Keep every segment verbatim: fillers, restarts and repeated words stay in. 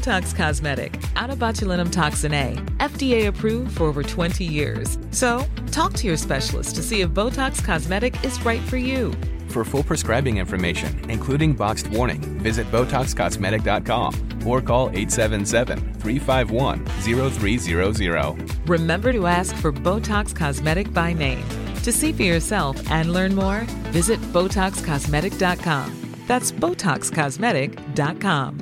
Botox Cosmetic, out of botulinum toxin A, F D A approved for over twenty years. So, talk to your specialist to see if Botox Cosmetic is right for you. For full prescribing information, including boxed warning, visit Botox Cosmetic dot com or call eight seven seven, three five one, zero three zero zero. Remember to ask for Botox Cosmetic by name. To see for yourself and learn more, visit Botox Cosmetic dot com. That's Botox Cosmetic dot com.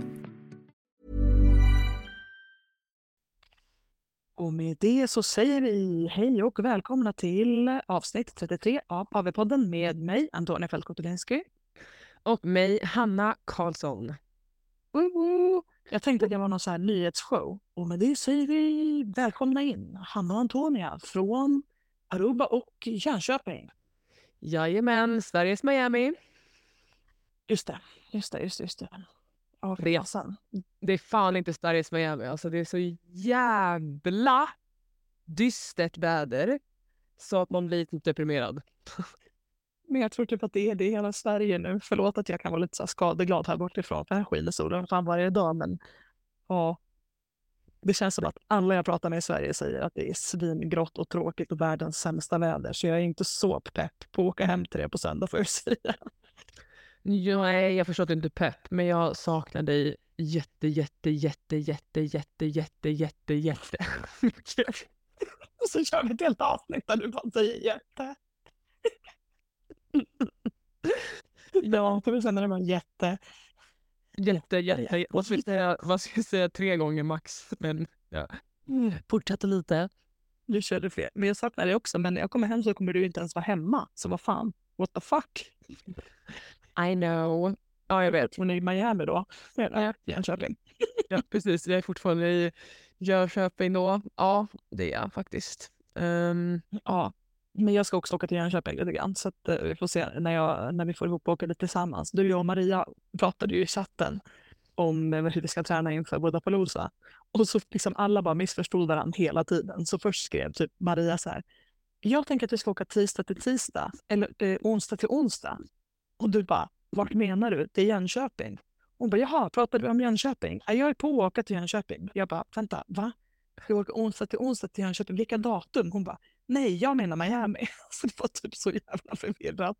Och med det så säger vi hej och välkomna till avsnitt trettiotre av A V-podden med mig, Antonia Fältkotulinski. Och mig, Hanna Karlsson. Uh-huh. Jag tänkte att det var någon så här nyhetsshow. Och med det säger vi välkomna in Hanna och Antonia från Aruba och Jönköping. Jajamän, Sveriges Miami. Just det, just det, just det. Just det. Ja, det, det är fan inte Sveriges Miami. Alltså det är så jävla dystert väder så att man blir typ deprimerad. Men jag tror typ att det är det i hela Sverige nu. Förlåt att jag kan vara lite så skadeglad här bortifrån. För här skiner solen fan varje dag. Men ja, det känns som att alla jag pratar med i Sverige säger att det är svingrått och tråkigt och världens sämsta väder. Så jag är inte så pepp på att åka hem till det på söndag för att säga. Nej, jag förstår att du inte är pepp. Men jag saknar dig jätte, jätte, jätte, jätte, jätte, jätte, jätte, jätte. Och så kör vi ett helt avsnitt där du bara säger jätte. Ja, för vi känner det var jätte. Jätte, jätte. Vad ska jag säga, vad ska jag säga tre gånger max? Men ja, fortsätter lite. Du körde fel. Men jag saknar det också. Men när jag kommer hem så kommer du inte ens vara hemma. Så vad fan? What the fuck? I know. Ja, jag vet. Hon är i Miami då. Ja, Jönköping. Ja, precis. Jag är fortfarande i Jönköping då. Ja, det är jag faktiskt. Um... Ja, men jag ska också åka till Jönköping lite grann. Så att, uh, vi får se när, jag, när vi får ihop och åka lite tillsammans. Du, jag och Maria pratade ju i chatten om uh, hur vi ska träna inför Budapalooza. Och så liksom alla bara missförstod varandra hela tiden. Så först skrev typ Maria så här: jag tänker att vi ska åka tisdag till tisdag. Eller uh, onsdag till onsdag. Och du bara, vart menar du? Det är Jönköping. Hon bara, jaha, pratade vi om Jönköping? Jag är på att åka till Jönköping. Jag bara, vänta, va? Jag åker onsdag till onsdag till Jönköping. Vilka datum? Hon bara, nej, jag menar Miami. Så det var typ så jävla förvirrat.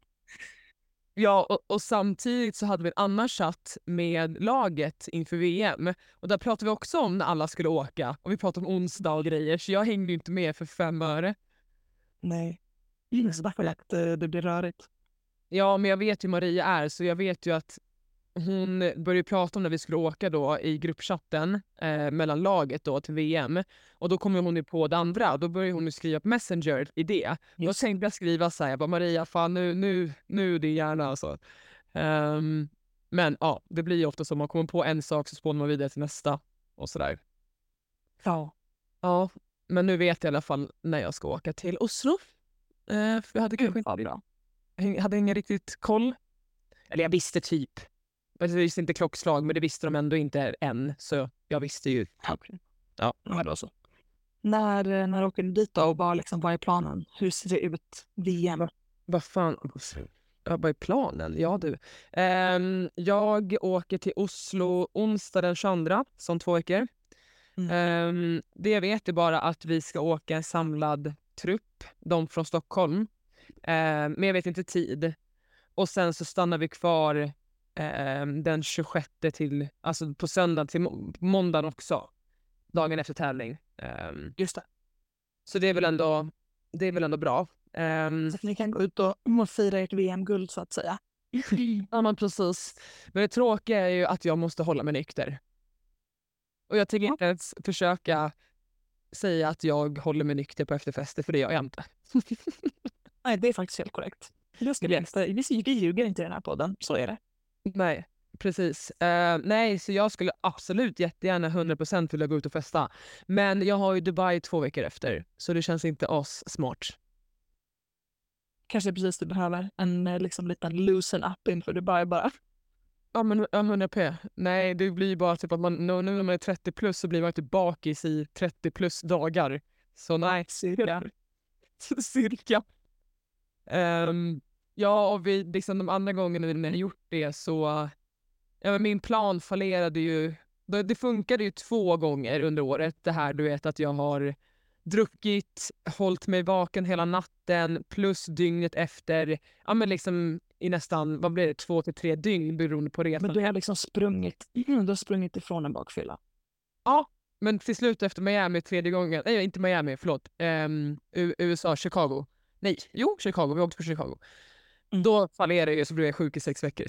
Ja, och, och samtidigt så hade vi en annan chatt med laget inför V M. Och där pratade vi också om när alla skulle åka. Och vi pratade om onsdag och grejer. Så jag hängde ju inte med för fem öre. Nej, det är så därför att uh, det blir rörigt. Ja, men jag vet ju Maria är, så jag vet ju att hon började prata om när vi skulle åka då i gruppchatten eh, mellan laget då till V M. Och då kommer hon ju på det andra. Då började hon ju skriva på Messenger i det. Då tänkte jag skriva så här, jag bara, Maria, fan nu, nu, nu det är gärna alltså. Um, men ja, det blir ju ofta så. Man kommer på en sak så spånar man vidare till nästa och sådär. Ja. Ja, men nu vet jag i alla fall när jag ska åka till Oslo. Uh, för jag hade kanske inte... bra. Jag hade ingen riktigt koll. Eller jag visste typ. Jag visste inte klockslag, men det visste de ändå inte än. Så jag visste ju. Okay. Ja, det var så. När, när åker du dit då och bara liksom, vad är planen? Hur ser det ut? V M? Vad fan? Ja, vad är planen? Ja, du. Um, jag åker till Oslo onsdag den tjugoandra, som två veckor. Mm. Um, det jag vet är bara att vi ska åka en samlad trupp. De från Stockholm. Eh, men jag vet inte tid. Och sen så stannar vi kvar eh, den tjugosjätte till, alltså på söndag till må- måndagen också. Dagen efter tävling. Eh, Just det. Så det är väl ändå, det är väl ändå bra. Eh, så att ni kan gå ut och, och fira ert V M-guld så att säga. Ja, men precis. Men det tråkiga är ju att jag måste hålla mig nykter. Och jag tänker inte ens försöka säga att jag håller mig nykter på efterfester, för det gör jag inte. Nej, det är faktiskt helt korrekt. Jag ska yes. Vi ljuger inte i den här podden, så är det. Nej, precis. Uh, nej, så jag skulle absolut jättegärna hundra procent vilja gå ut och festa. Men jag har ju Dubai två veckor efter, så det känns inte oss smart. Kanske precis du behöver en liksom liten loosen up inför Dubai bara. Ja, men hundra p. Nej, det blir ju bara typ att man, nu när man är trettio plus så blir man typ bakis i trettio plus dagar. Så nej, cirka. cirka. Um, ja, och vi, liksom de andra gångerna när jag gjort det så... Ja, men min plan fallerade ju Det, det funkade ju två gånger under året. Det här, du vet, att jag har druckit, hållit mig vaken hela natten plus dygnet efter. Ja, men liksom i nästan, vad blir det, två till tre dygn beroende på resan. Men du har liksom sprungit, du har sprungit ifrån en bakfylla. Ja, men till slut efter Miami tredje gången, nej inte Miami, förlåt, um, U- U S A, Chicago. Nej, jo, Chicago, vi åkte på Chicago. Mm. Då fallerade jag så blev jag sjuk i sex veckor.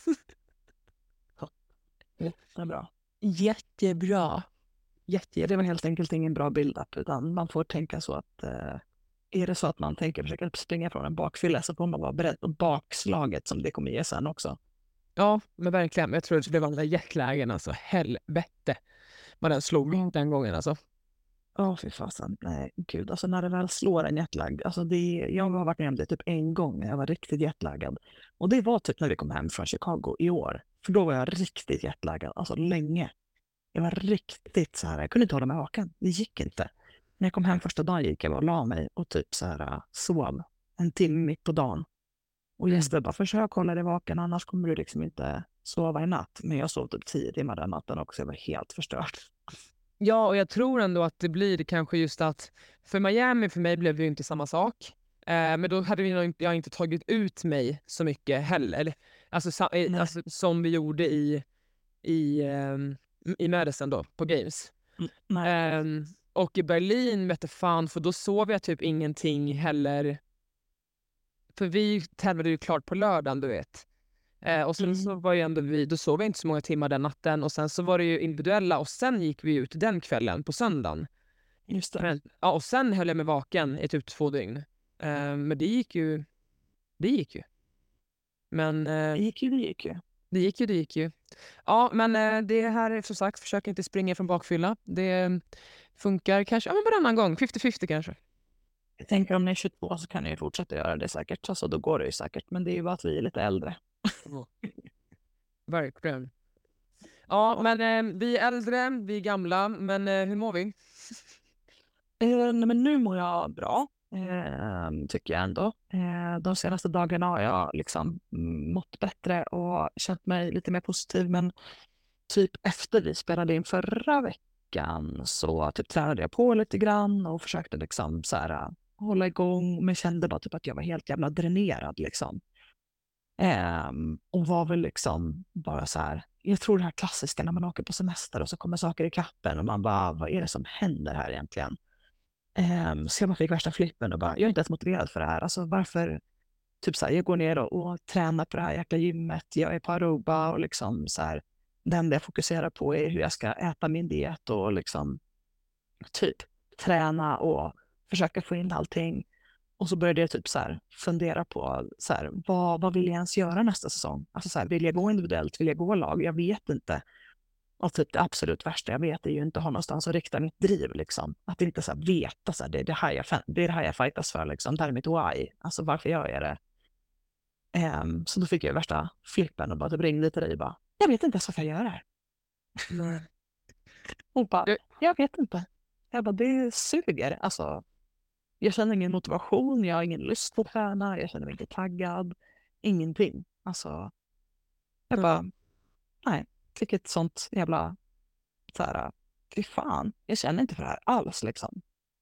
Jättebra. Jättebra. Jätte, det är väl helt enkelt ingen bra build-up, utan man får tänka så att eh, är det så att man tänker försöka springa från en bakfylla så får man vara beredd på bakslaget som det kommer ge sen också. Ja, men verkligen. Jag tror att det var den där jetlagen, alltså helvete vad den slog Mm. den gången alltså. Ja, fy fasen. Nej, gud. Alltså när det väl slår en jetlag. Alltså det, jag har varit med om det typ en gång när jag var riktigt jetlaggad. Och det var typ när vi kom hem från Chicago i år. För då var jag riktigt jetlaggad. Alltså länge. Jag var riktigt så här. Jag kunde inte hålla mig vaken. Det gick inte. När jag kom hem första dagen gick jag och la mig och typ så här uh, sov en timme mitt på dagen. Och Jesper bara, försök hålla dig vaken annars kommer du liksom inte sova i natt. Men jag sov typ tio timmar den natten också. Jag var helt förstörd. Ja, och jag tror ändå att det blir kanske just att för Miami för mig blev det ju inte samma sak. Eh, men då hade vi nog inte, jag inte tagit ut mig så mycket heller. Alltså, sa, eh, alltså som vi gjorde i i, eh, i Madison då, på Games. Mm, eh, och i Berlin vet jag fan, för då sov jag typ ingenting heller. För vi tävlade ju klart på lördagen, du vet. Eh, och sen Mm. så var ju ändå vi, då sov vi inte så många timmar den natten. Och sen så var det ju individuella och sen gick vi ut den kvällen på söndagen. Just det. Men, ja, och sen höll jag mig vaken i typ två dygn. Eh, men det gick ju. Det gick ju. Men eh, Det gick ju, det gick ju. det gick ju, det gick ju. Ja, men eh, det här är som sagt, försök inte springa från bakfylla. Det funkar kanske, ja men varannan gång, femtio femtio kanske. Jag tänker om ni är tjugotvå så kan ni ju fortsätta göra det säkert. Alltså då går det ju säkert. Men det är ju bara att vi är lite äldre. Verkligen. Ja, men eh, vi är äldre, vi är gamla, men eh, hur mår vi? Eh, nej, men nu mår jag bra. Eh, tycker jag ändå. Eh, de senaste dagarna har jag liksom mm, mått bättre och känt mig lite mer positiv. Men typ efter vi spelade in förra veckan så typ tränade jag på lite grann och försökte liksom så här, hålla igång. Men kände bara typ att jag var helt jävla dränerad liksom. Eh, och var väl liksom bara så här. Jag tror det här klassiska när man åker på semester och så kommer saker i kappen och man bara, vad är det som händer här egentligen? Um, så jag bara fick värsta flippen och bara, jag är inte ens motiverad för det här. Alltså varför, typ så här, jag går ner och, och tränar på det här jäkla gymmet. Jag är på Aruba och liksom så här, det enda jag fokuserar på är hur jag ska äta min diet och liksom typ träna och försöka få in allting. Och så började jag typ så här fundera på så här, vad, vad vill jag ens göra nästa säsong? Alltså så här, vill jag gå individuellt? Vill jag gå lag? Jag vet inte. Och typ det absolut värsta jag vet är ju inte att ha någonstans att rikta mitt driv liksom. Att inte så här veta så här, det är det här jag, det är det här jag fightas för liksom. Det här är mitt why. Alltså varför gör jag det? Um, så då fick jag värsta flippen och bara typ ringde till dig och bara, jag vet inte ens varför jag gör det här. Och bara, jag vet inte. Jag bara, det suger. Alltså, jag känner ingen motivation, jag har ingen lust på att träna, jag känner mig inte taggad. Ingenting. Alltså, jag bara, nej. Fick ett sånt jävla så här, fy fan, jag känner inte för det här alls liksom.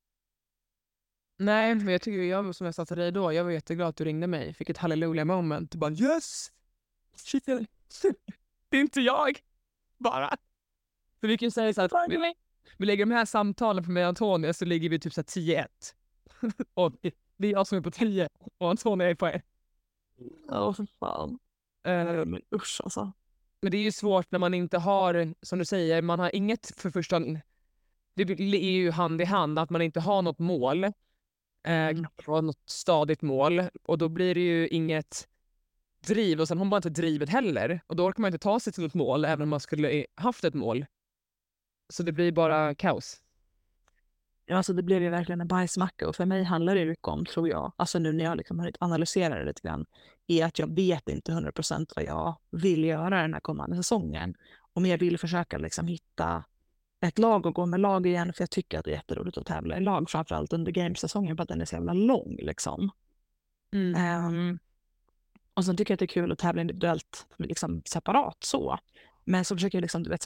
Nej, men jag tycker jag, som jag sa till dig då, jag var jätteglad att du ringde mig. Fick ett hallelujah moment. Du bara, yes! Shit, det är inte jag! Bara. För vi kan säga så att vi, vi lägger de här samtalen på mig och Antonija så ligger vi typ så här tio ett. Och det är jag som är på tio och Antonija är på ett. Ja, för fan. Uh, men usch alltså. Men det är ju svårt när man inte har, som du säger, man har inget för första, det är ju hand i hand att man inte har något mål, eh, mm. något stadigt mål, och då blir det ju inget driv, och sen har man inte drivet heller, och då orkar man inte ta sig till ett mål även om man skulle haft ett mål. Så det blir bara kaos. Ja, alltså det blir ju verkligen en bajsmacka, och för mig handlar det mycket om, tror jag, alltså nu när jag liksom har analyserat det lite grann, är att jag vet inte hundra procent vad jag vill göra den här kommande säsongen. Om jag vill försöka liksom hitta ett lag och gå med lag igen, för jag tycker att det är jätteroligt att tävla i lag, framförallt under gamesäsongen, för att den är så jävla lång liksom. Mm. Um, och så tycker jag att det är kul att tävla individuellt liksom separat så. Men så försöker jag liksom, du vet, så här, hitta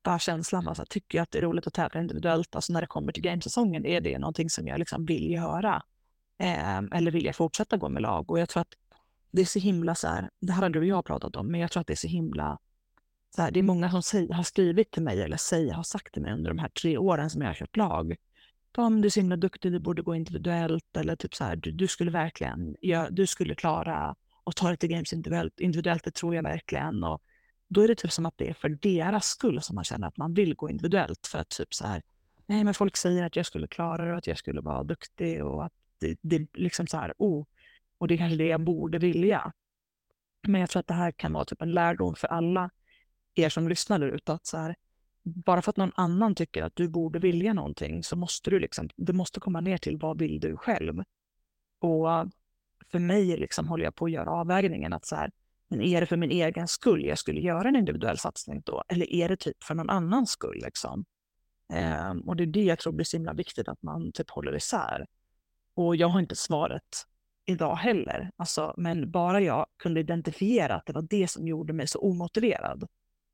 fatta känslan. Alltså, tycker jag att det är roligt att tävla individuellt? Alltså när det kommer till gamesäsongen, är det någonting som jag liksom vill göra? Eh, eller vill jag fortsätta gå med lag? Och jag tror att det är så himla så här, det här har du och jag pratat om, men jag tror att det är så himla så här, det är många som säger, har skrivit till mig eller säger, har sagt till mig under de här tre åren som jag har kört lag. Tom, du är så himla duktig, du borde gå individuellt, eller typ så här, du, du skulle verkligen, ja, du skulle klara och ta lite games individuellt, individuellt, det tror jag verkligen. Och då är det typ som att det är för deras skull som man känner att man vill gå individuellt, för att typ så här, nej men folk säger att jag skulle klara det och att jag skulle vara duktig och att det, det är liksom så här, oh, och det är kanske det jag borde vilja. Men jag tror att det här kan vara typ en lärdom för alla er som lyssnar där ute, att så här, bara för att någon annan tycker att du borde vilja någonting, så måste du liksom, det måste komma ner till vad vill du själv. Och för mig liksom håller jag på att göra avvägningen att så här, men är det för min egen skull jag skulle göra en individuell satsning då? Eller är det typ för någon annans skull liksom? Um, och det är det jag tror blir så himla viktigt, att man typ håller isär. Och jag har inte svaret idag heller. Alltså, men bara jag kunde identifiera att det var det som gjorde mig så omotiverad,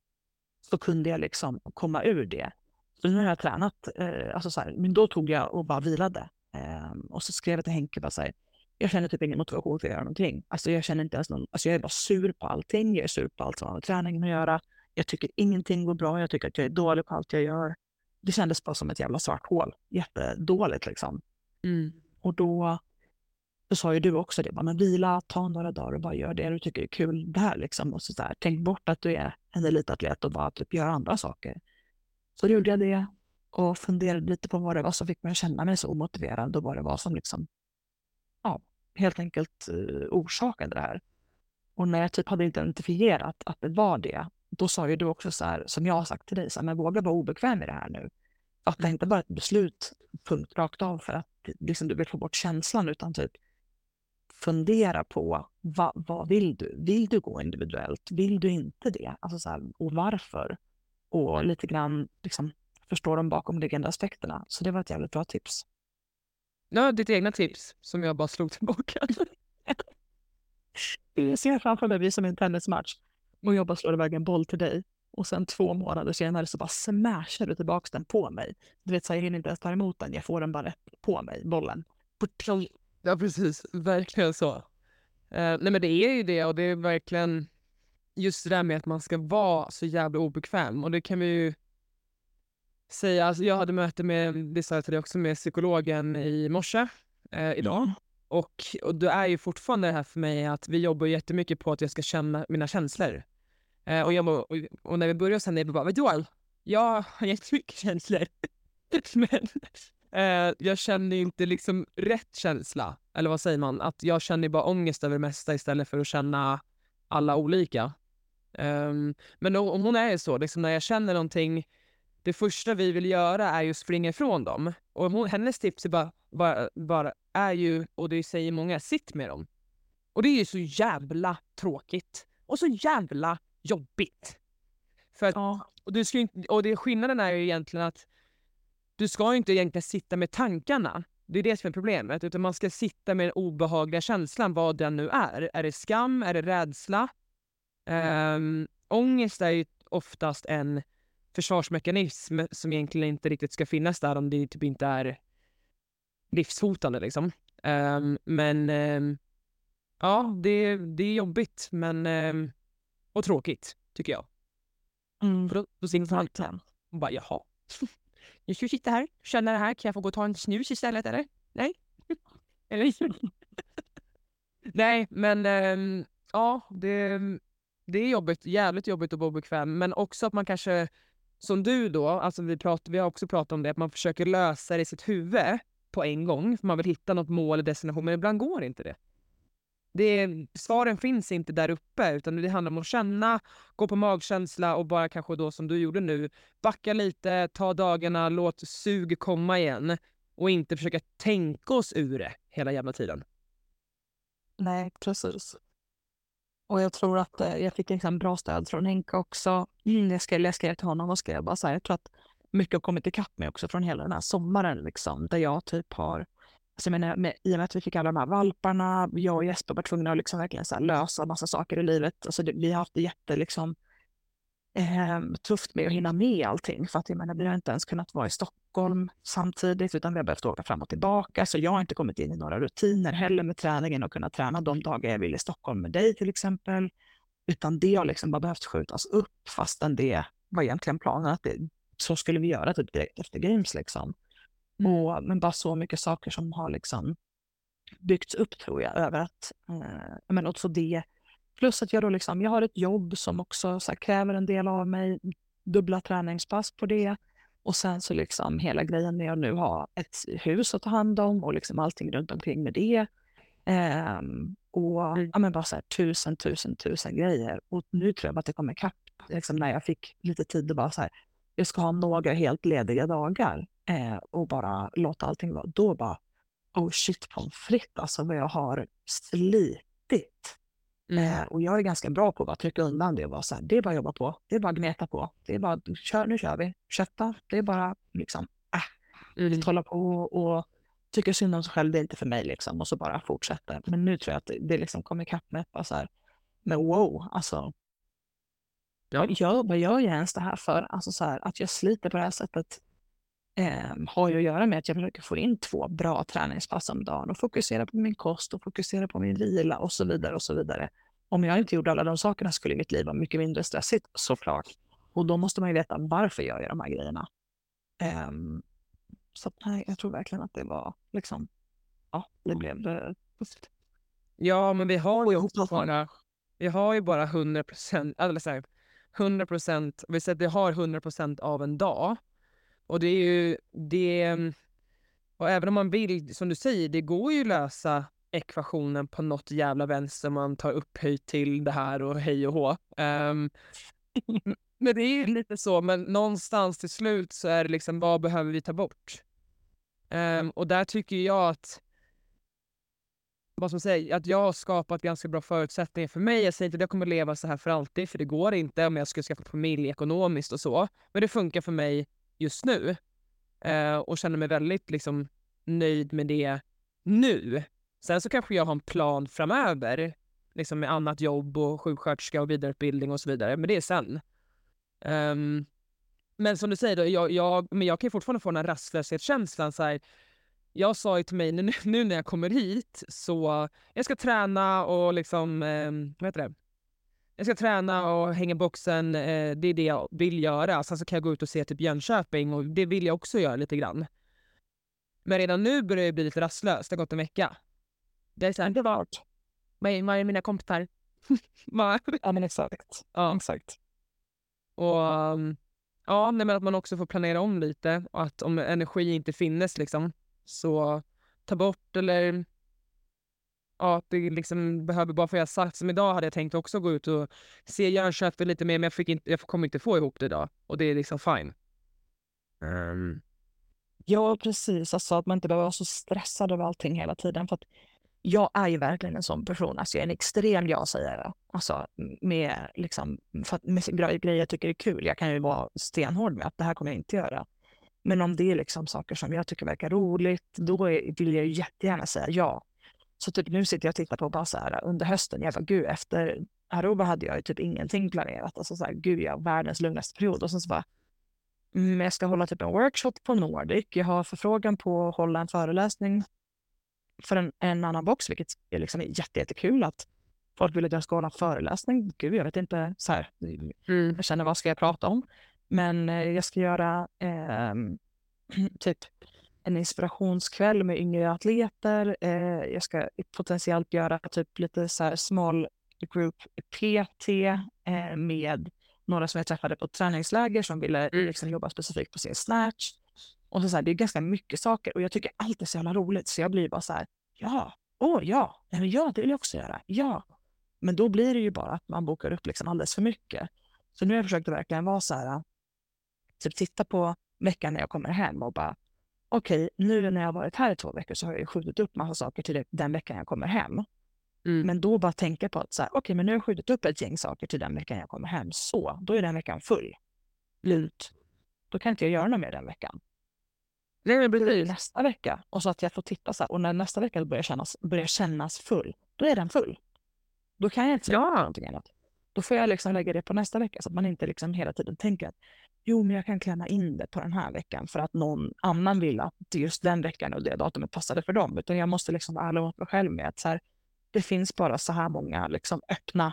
så kunde jag liksom komma ur det. Så nu har jag tränat, eh, alltså så här, men då tog jag och bara vilade. Eh, och så skrev jag till Henke, bara så här, jag känner typ ingen motivation för att göra någonting. Alltså jag känner inte ens någon, alltså jag är bara sur på allting. Jag är sur på allt som har med träningen att göra. Jag tycker ingenting går bra. Jag tycker att jag är dålig på allt jag gör. Det kändes bara som ett jävla svart hål. Jättedåligt liksom. Mm. Och då, då sa ju du också det, bara, men vila, ta några dagar och bara gör det du tycker är kul där liksom. Och så där, tänk bort att du är en elitatlet och bara typ gör andra saker. Så då gjorde jag det och funderade lite på vad det var som fick mig att känna mig så omotiverad och vad det var som liksom, ja, helt enkelt uh, orsakade det här. Och när jag typ hade identifierat att det var det, då sa ju du också så här, som jag har sagt till dig, så här, men våga vara obekväm med det här nu. Att det inte bara är ett beslut, punkt rakt av, för att liksom, du vill få bort känslan, utan typ fundera på va, vad vill du? Vill du gå individuellt? Vill du inte det? Alltså så här, och varför? Och lite grann liksom, förstå de bakomliggande aspekterna. Så det var ett jävligt bra tips. Ja, ditt egna tips som jag bara slog tillbaka. Jag ser framför mig vi som en tennismatch och jag bara slår iväg en boll till dig. Och sen två månader senare så bara smashar du tillbaka den på mig. Du vet, så jag hinner inte ens ta emot den. Jag får den bara på mig, bollen. Ja, precis. Verkligen så. Uh, nej, men det är ju det, och det är verkligen just det där med att man ska vara så jävla obekväm. Och det kan vi ju säga. Alltså, jag hade möte med, det sa jag till dig också, med psykologen i morse, uh, idag. Mm. Och, och det är ju fortfarande det här för mig att vi jobbar jättemycket på att jag ska känna mina känslor. Uh, och, jag, och, och när vi börjar sen är det bara, vadå? Jag har jättemycket känslor. Men uh, jag känner inte liksom rätt känsla. Eller vad säger man? Att jag känner bara ångest över det mesta istället för att känna alla olika. Um, men om hon är så, liksom när jag känner någonting, det första vi vill göra är ju springa ifrån dem. Och hon, hennes tips är bara, bara, bara är ju, och det säger många, sitt med dem. Och det är ju så jävla tråkigt. Och så jävla jobbigt. För att, ja. och, du ska inte, och det, skillnaden är ju egentligen att du ska ju inte egentligen sitta med tankarna. Det är det som är problemet. Utan man ska sitta med den obehagliga känslan, vad den nu är. Är det skam? Är det rädsla? Um, ångest är ju oftast en försvarsmekanism som egentligen inte riktigt ska finnas där om det typ inte är livshotande liksom. Um, men um, ja, det, det är jobbigt, men um, och tråkigt tycker jag. Mm. För då, då sitter man alltid och bara, jaha. Jag ska sitta här, känna det här. Kan jag få gå och ta en snus istället, eller? Nej? Eller? Nej, men um, ja, det, det är jobbigt. Jävligt jobbigt att vara bekväm. Men också att man kanske, som du då, alltså vi, pratar, vi har också pratat om det, att man försöker lösa det i sitt huvud på en gång. För man vill hitta något mål eller destination, men ibland går inte det. Det, svaren finns inte där uppe, utan det handlar om att känna, gå på magkänsla och bara kanske då som du gjorde nu, backa lite, ta dagarna, låt sug komma igen och inte försöka tänka oss ur det hela jävla tiden. Nej, precis. Och jag tror att eh, jag fick liksom bra stöd från Henke också. Mm, jag skrev, jag skrev till honom och skrev bara så här, jag tror att mycket har kommit ikapp mig också från hela den här sommaren liksom, där jag typ har, alltså jag menar, med, i och med att vi fick alla de här valparna, jag och Jesper var tvungna att liksom verkligen så här lösa massa saker i livet. Alltså det, vi har haft det jätte liksom, eh, tufft med att hinna med allting. För att jag menar, vi har inte ens kunnat vara i Stockholm samtidigt, utan vi har behövt åka fram och tillbaka. Så jag har inte kommit in i några rutiner heller med träningen och kunna träna de dagar jag vill i Stockholm med dig till exempel. Utan det har liksom bara behövt skjutas upp, fastän det var egentligen planen att det, så skulle vi göra typ direkt efter Games liksom. Mm. Och, men bara så mycket saker som har liksom byggts upp, tror jag, över att eh, men också det. Plus att jag då liksom, jag har ett jobb som också så här, kräver en del av mig, dubbla träningspass på det. Och sen så liksom hela grejen med att nu ha ett hus att ta hand om och liksom allting runt omkring med det. Ehm, och ja, men bara så här, tusen, tusen, tusen grejer. Och nu tror jag att det kommer ikapp, liksom när jag fick lite tid och bara så här, jag ska ha några helt lediga dagar eh, och bara låta allting vara. Då bara, oh shit, pommes frites, alltså vad jag har slitit. Mm. Eh, och jag är ganska bra på att trycka undan det och vara så här, det är bara att jobba på, det är bara att gneta på, det är bara, kör, nu kör vi, kötta, det är bara liksom, äh, Mm. att hålla på och tycker synd om sig själv, det är inte för mig liksom, och så bara fortsätter. Men nu tror jag att det, det liksom kommer ikapp med bara så här, men wow, alltså, Ja. vad, gör, vad gör jag ens det här för? Alltså så här, att jag sliter på det här sättet eh, har ju att göra med att jag försöker få in två bra träningspass om dagen och fokusera på min kost och fokusera på min vila och så vidare och så vidare. Om jag inte gjorde alla de sakerna skulle mitt liv vara mycket mindre stressigt, såklart. Och då måste man ju veta varför jag gör de här grejerna. Um, så nej, jag tror verkligen att det var liksom, ja, det blev det tufft. Ja, men vi har Och ju jag hoppas bara, vi har ju bara hundra procent, eller så här, hundra procent, vi säger att vi har hundra procent av en dag. Och det är ju det, och även om man vill, som du säger, det går ju lösa ekvationen på något jävla vänster, man tar upphöjt till det här och hej och hå. Um, men det är ju lite så, men någonstans till slut så är det liksom, vad behöver vi ta bort? Um, och där tycker jag att vad som säger, att jag har skapat ganska bra förutsättningar för mig. Jag säger inte att jag kommer leva så här för alltid, för det går inte om jag skulle skaffa familj ekonomiskt och så. Men det funkar för mig just nu. Eh, och känner mig väldigt liksom nöjd med det nu. Sen så kanske jag har en plan framöver. Liksom med annat jobb och sjuksköterska och vidareutbildning och så vidare. Men det är sen. Um, men som du säger då, jag, jag, men jag kan fortfarande få den här rastlöshetskänslan så här. Jag sa ju till mig, nu, nu när jag kommer hit så jag ska träna och liksom, eh, vad heter det? Jag ska träna och hänga boxen, eh, det är det jag vill göra. Sen så kan jag gå ut och se typ Jönköping och det vill jag också göra lite grann. Men redan nu börjar det bli lite rastlöst, det har gått en vecka. Det är såhär, det var allt. Vad är mina kompisar? Ja, men exakt. Ja. Exakt. Och um, ja, men att man också får planera om lite och att om energi inte finnes liksom, så ta bort eller ja, att det liksom behöver bara få jag sagt. Som idag hade jag tänkt också gå ut och se Jönköping lite mer, men jag, fick inte, jag kommer inte få ihop det idag. Och det är liksom fine. Um. Ja, precis. Alltså att man inte behöver vara så stressad över allting hela tiden. För att jag är ju verkligen en sån person. Alltså jag är en extrem ja-sägare. Alltså med liksom, för att med grejer jag tycker är kul. Jag kan ju vara stenhård med att det här kommer jag inte göra. Men om det är liksom saker som jag tycker verkar roligt, då är, vill jag ju jättegärna säga ja. Så typ nu sitter jag och tittar på bara så här under hösten. Jag bara, gud, efter Aruba hade jag ju typ ingenting planerat. Alltså så här, gud, jag har världens lugnaste period. Och sen så bara, mm, jag ska hålla typ en workshop på Nordic. Jag har förfrågan på att hålla en föreläsning för en, en annan box, vilket är liksom jätte, jättekul att folk vill att jag ska hålla en föreläsning. Gud, jag vet inte så här. Mm. Jag känner vad ska jag prata om. Men eh, jag ska göra eh, typ en inspirationskväll med yngre atleter. Eh, jag ska potentiellt göra typ lite så här small group P T eh, med några som jag träffade på träningsläger som ville Mm. liksom jobba specifikt på sin snatch. Och så, så här, det är ganska mycket saker och jag tycker allt är så jävla roligt så jag blir bara så här, ja, åh ja, nej, men ja, det vill jag också göra, ja. Men då blir det ju bara att man bokar upp liksom alldeles för mycket. Så nu har jag försökt att verkligen vara så här, typ titta på veckan när jag kommer hem och bara, okej, okay, nu när jag har varit här i två veckor så har jag skjutit upp massa saker till den veckan jag kommer hem. Mm. Men då bara tänka på att så här, okej, okay, men nu har jag skjutit upp ett gäng saker till den veckan jag kommer hem. Så, då är den veckan full. Lut. Då kan inte jag göra något mer den veckan. Det är Det är precis. nästa vecka. Och så att jag får titta så här. Och när nästa vecka börjar kännas, börjar kännas full, då är den full. Då kan jag inte säga Ja. någonting annat. Då får jag liksom lägga det på nästa vecka så att man inte liksom hela tiden tänker att jo, men jag kan klämma in det på den här veckan för att någon annan vill att just den veckan och det datumet passade för dem. Utan jag måste liksom vara ärlig mot mig själv med att så här, det finns bara så här många liksom öppna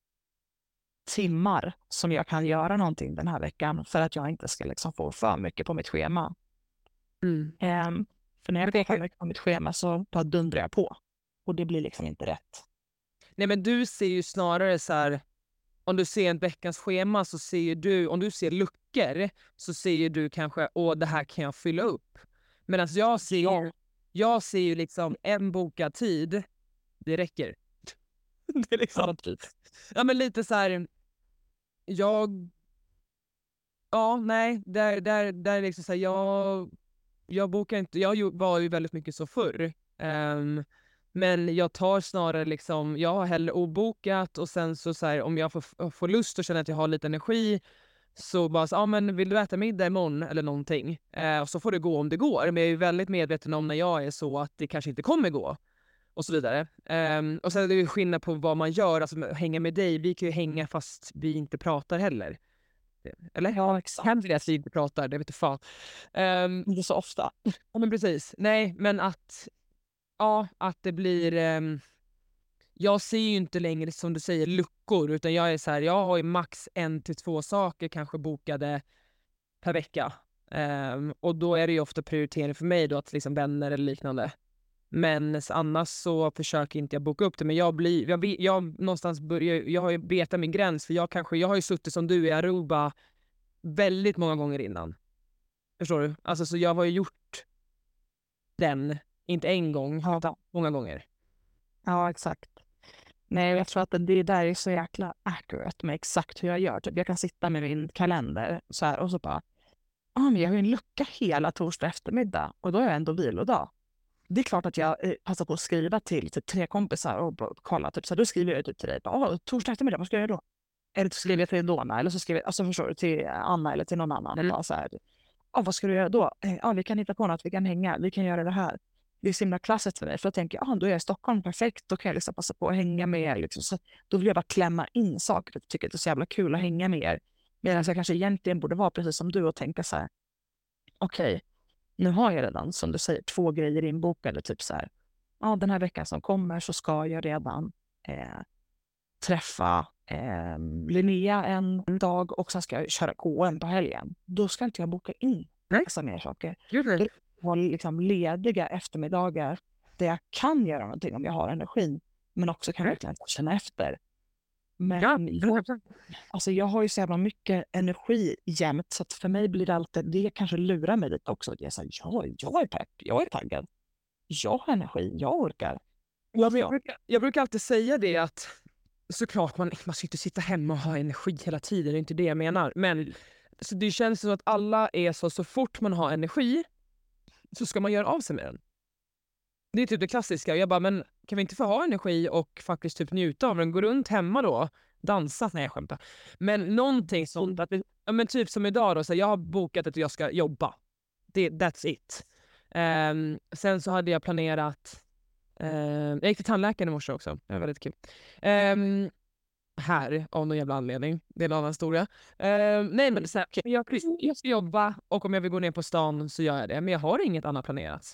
timmar som jag kan göra någonting den här veckan för att jag inte ska liksom få för mycket på mitt schema. Mm. Um, för när jag får för mycket på mitt schema så bara dundrar jag på. Och det blir liksom inte rätt. Nej, men du ser ju snarare så här, om du ser en veckans schema så ser ju du, om du ser luckor så ser ju du kanske, åh det här kan jag fylla upp. Medan jag ser ju, jag ser ju liksom en bokad tid, det räcker. Det är liksom, ja men lite så här, jag, ja nej, där, där, där är liksom så här, jag, jag bokar inte, jag var ju väldigt mycket så förr. Um, Men jag tar snarare liksom, jag har hellre obokat och sen så, så här, om jag får, får lust och känner att jag har lite energi så bara så, ja men vill du äta middag imorgon eller någonting? Eh, och så får det gå om det går. Men jag är väldigt medveten om när jag är så att det kanske inte kommer gå. Och så vidare. Eh, och sen är det ju skillnad på vad man gör, alltså hänga med dig, vi kan ju hänga fast vi inte pratar heller. Eller? Ja, exakt. Händer det att vi inte pratar, det vet du fan. Um, Inte så ofta. Ja men precis, nej men att ja, att det blir um, jag ser ju inte längre som du säger luckor, utan jag är så här, jag har ju max en till två saker kanske bokade per vecka. Um, och då är det ju ofta prioritering för mig då att liksom vänner eller liknande. Men annars så försöker inte jag boka upp det, men jag blir jag, jag någonstans börjar, jag har ju betat min gräns, för jag kanske jag har ju suttit som du i Aruba väldigt många gånger innan. Förstår du? Alltså så jag har ju gjort den, inte en gång, Ja, många gånger. ja exakt. Nej, jag tror att det där är så jäkla accurate med exakt hur jag gör. Typ, jag kan sitta med min kalender så här och så bara, ah, men jag har ju en lucka hela torsdag eftermiddag och då är jag ändå vilodag. Det är klart att jag eh, passar på att skriva till typ, tre kompisar och bara, kolla, typ, så här, då skriver jag typ till dig, ah, torsdag eftermiddag, vad ska jag göra då? Eller så skriver jag till Dona, eller så skriver jag, alltså förstår du, till Anna eller till någon annan. Mm. Bara så här, ah, vad ska du göra då? Ja, ah, vi kan hitta på något, vi kan hänga, vi kan göra det här. Det är så himla klassiskt för mig, för jag tänker, ah, då är jag i Stockholm, perfekt, då kan jag liksom passa på att hänga med er. Liksom. Så då vill jag bara klämma in saker, jag tycker det är så jävla kul att hänga med er. Medan jag kanske egentligen borde vara precis som du och tänka så här, okej, okay, nu har jag redan, som du säger, två grejer inbokade, typ så här, ja, ah, den här veckan som kommer så ska jag redan eh, träffa eh, Linnea en dag och sen ska jag köra K M på helgen. Då ska inte jag boka in dessa mer saker. Gud, Ha liksom lediga eftermiddagar där jag kan göra någonting om jag har energi, men också kan verkligen känna efter. Men ja, jag, alltså jag har ju så jävla mycket energi jämt, så att för mig blir det alltid, det kanske lurar mig lite också. Jag säger, ja, jag är pepp, jag är taggad, jag har energi, jag orkar. Jag, jag, brukar, jag brukar alltid säga det att såklart man, man ska inte sitta hemma och ha energi hela tiden, det är inte det jag menar. Men så det känns som att alla är så, så fort man har energi så ska man göra av sig med den. Det är typ det klassiska. Jag bara, men kan vi inte få ha energi och faktiskt typ njuta av den? Gå runt hemma då, dansa, nej jag skämtar. Men någonting sånt, att, ja, men typ som idag då, så jag har bokat att jag ska jobba. Det, that's it. Um, sen så hade jag planerat, uh, jag gick till tandläkaren i morse också, det var väldigt kul. Um, här, av någon jävla anledning. Det är en annan historia. Uh, nej men så här, okay, jag, jag ska jobba och om jag vill gå ner på stan så gör jag det. Men jag har inget annat planerat.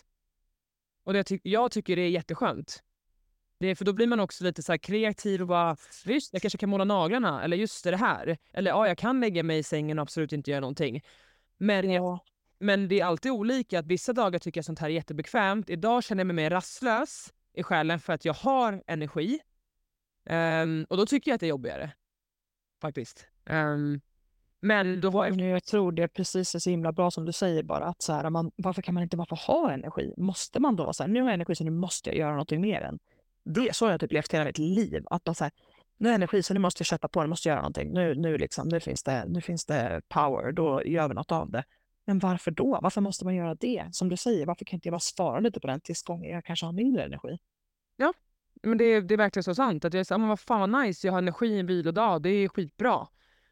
Och det ty- jag tycker det är jätteskönt. Det är, för då blir man också lite så här kreativ och bara, visst, jag kanske kan måla naglarna. Eller just det här. Eller ja, jag kan lägga mig i sängen och absolut inte göra någonting. Men, jag, men det är alltid olika. Att vissa dagar tycker jag sånt här är jättebekvämt. Idag känner jag mig mer rastlös i själen för att jag har energi. Um, och då tycker jag att det är jobbigare. Faktiskt. Um, men då var jag... jag tror det är precis så himla bra som du säger, bara att så här, man, varför kan man inte bara få ha energi? Måste man då vara så här, nu har jag energi så nu måste jag göra någonting mer än. Det så har jag typ levt hela mitt liv. Att bara så här, nu har jag energi så nu måste jag köpa på, nu måste jag göra någonting. Nu, nu, liksom, nu, finns det, nu finns det power, då gör vi något av det. Men varför då? Varför måste man göra det? Som du säger, varför kan inte jag bara spara lite på den tills gånger jag kanske har mindre energi? Ja. Men det, det är verkligen så sant. Att jag säger, men vad fan vad nice, jag har energi i en vilodag, det är skitbra.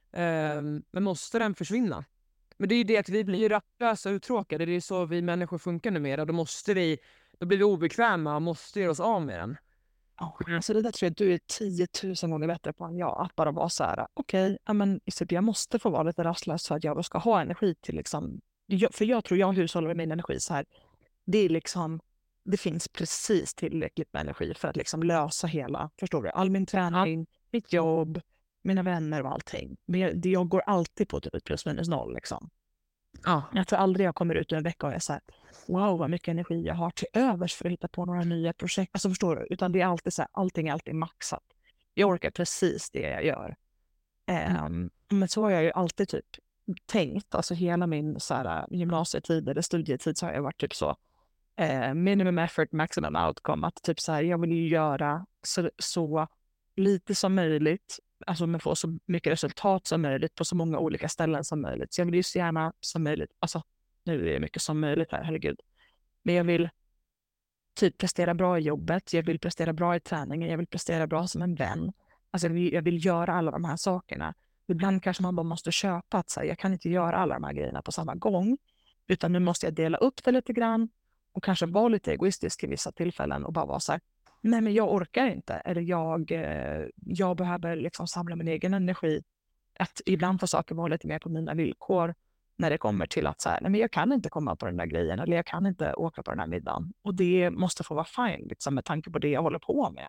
Um, men måste den försvinna? Men det är ju det att vi blir rastlösa och uttråkade. Det är så vi människor funkar numera. Då måste vi, då blir vi obekväma och måste göra oss av med den. Ja, alltså det där tror jag du är tiotusen gånger bättre på än jag. Att bara vara så här, okej, ja, men jag måste få vara lite rastlös för att jag ska ha energi till liksom, jag, för jag tror jag hushållar med min energi så här. Det är liksom, det finns precis tillräckligt med energi för att liksom lösa hela, förstår du? All min träning, mitt jobb, mina vänner och allting. Men jag, det, jag går alltid på typ ett plus minus noll liksom. Ja. Jag tror aldrig jag kommer ut ur en vecka och är så här, wow vad mycket energi jag har till övers för att hitta på några nya projekt. Alltså förstår du? Utan det är alltid så här, allting är alltid maxat. Jag orkar precis det jag gör. Mm. Um, men så har jag ju alltid typ tänkt, alltså hela min så här, gymnasietid eller studietid så har jag varit typ så uh, minimum effort, maximum outcome. Att typ så här, jag vill ju göra så, så lite som möjligt, alltså med få så mycket resultat som möjligt på så många olika ställen som möjligt. Så jag vill ju så gärna som möjligt, alltså nu är det mycket som möjligt här, herregud. Men jag vill typ prestera bra i jobbet, jag vill prestera bra i träningen, jag vill prestera bra som en vän. Alltså jag vill, jag vill göra alla de här sakerna. Ibland kanske man bara måste köpa att så här, jag kan inte göra alla de här grejerna på samma gång. Utan nu måste jag dela upp det lite grann och kanske vara lite egoistisk i vissa tillfällen och bara vara så här, nej men jag orkar inte. Eller jag, eh, jag behöver liksom samla min egen energi. Att ibland får saker vara lite mer på mina villkor när det kommer till att så här, nej men jag kan inte komma på den där grejen eller jag kan inte åka på den här middagen. Och det måste få vara fine liksom, med tanke på det jag håller på med.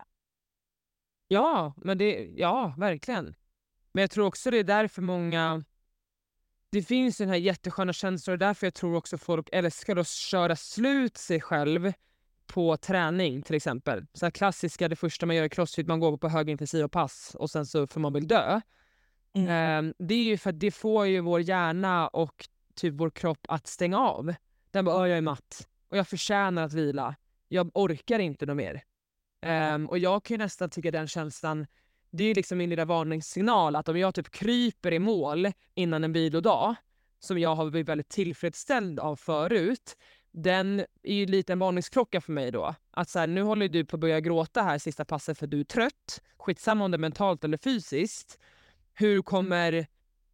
Ja, men det, ja, verkligen. Men jag tror också det är därför många, det finns den här jättesköna känslan och därför jag tror också folk älskar att köra slut sig själv på träning till exempel. Så här klassiska, det första man gör i crossfit, man går på högintensiva pass och sen så får man väl dö. Mm. Um, det är ju för att det får ju vår hjärna och typ vår kropp att stänga av. Den bara, jag är matt och jag förtjänar att vila. Jag orkar inte något mer. Um, och jag kan ju nästan tycka den känslan, det är liksom min lilla varningssignal att om jag typ kryper i mål innan en vilodag, som jag har blivit väldigt tillfredsställd av förut, den är ju lite en varningsklocka för mig då. Att så här, nu håller du på att börja gråta här sista passet för du är trött. Skitsamma om det är mentalt eller fysiskt. Hur kommer,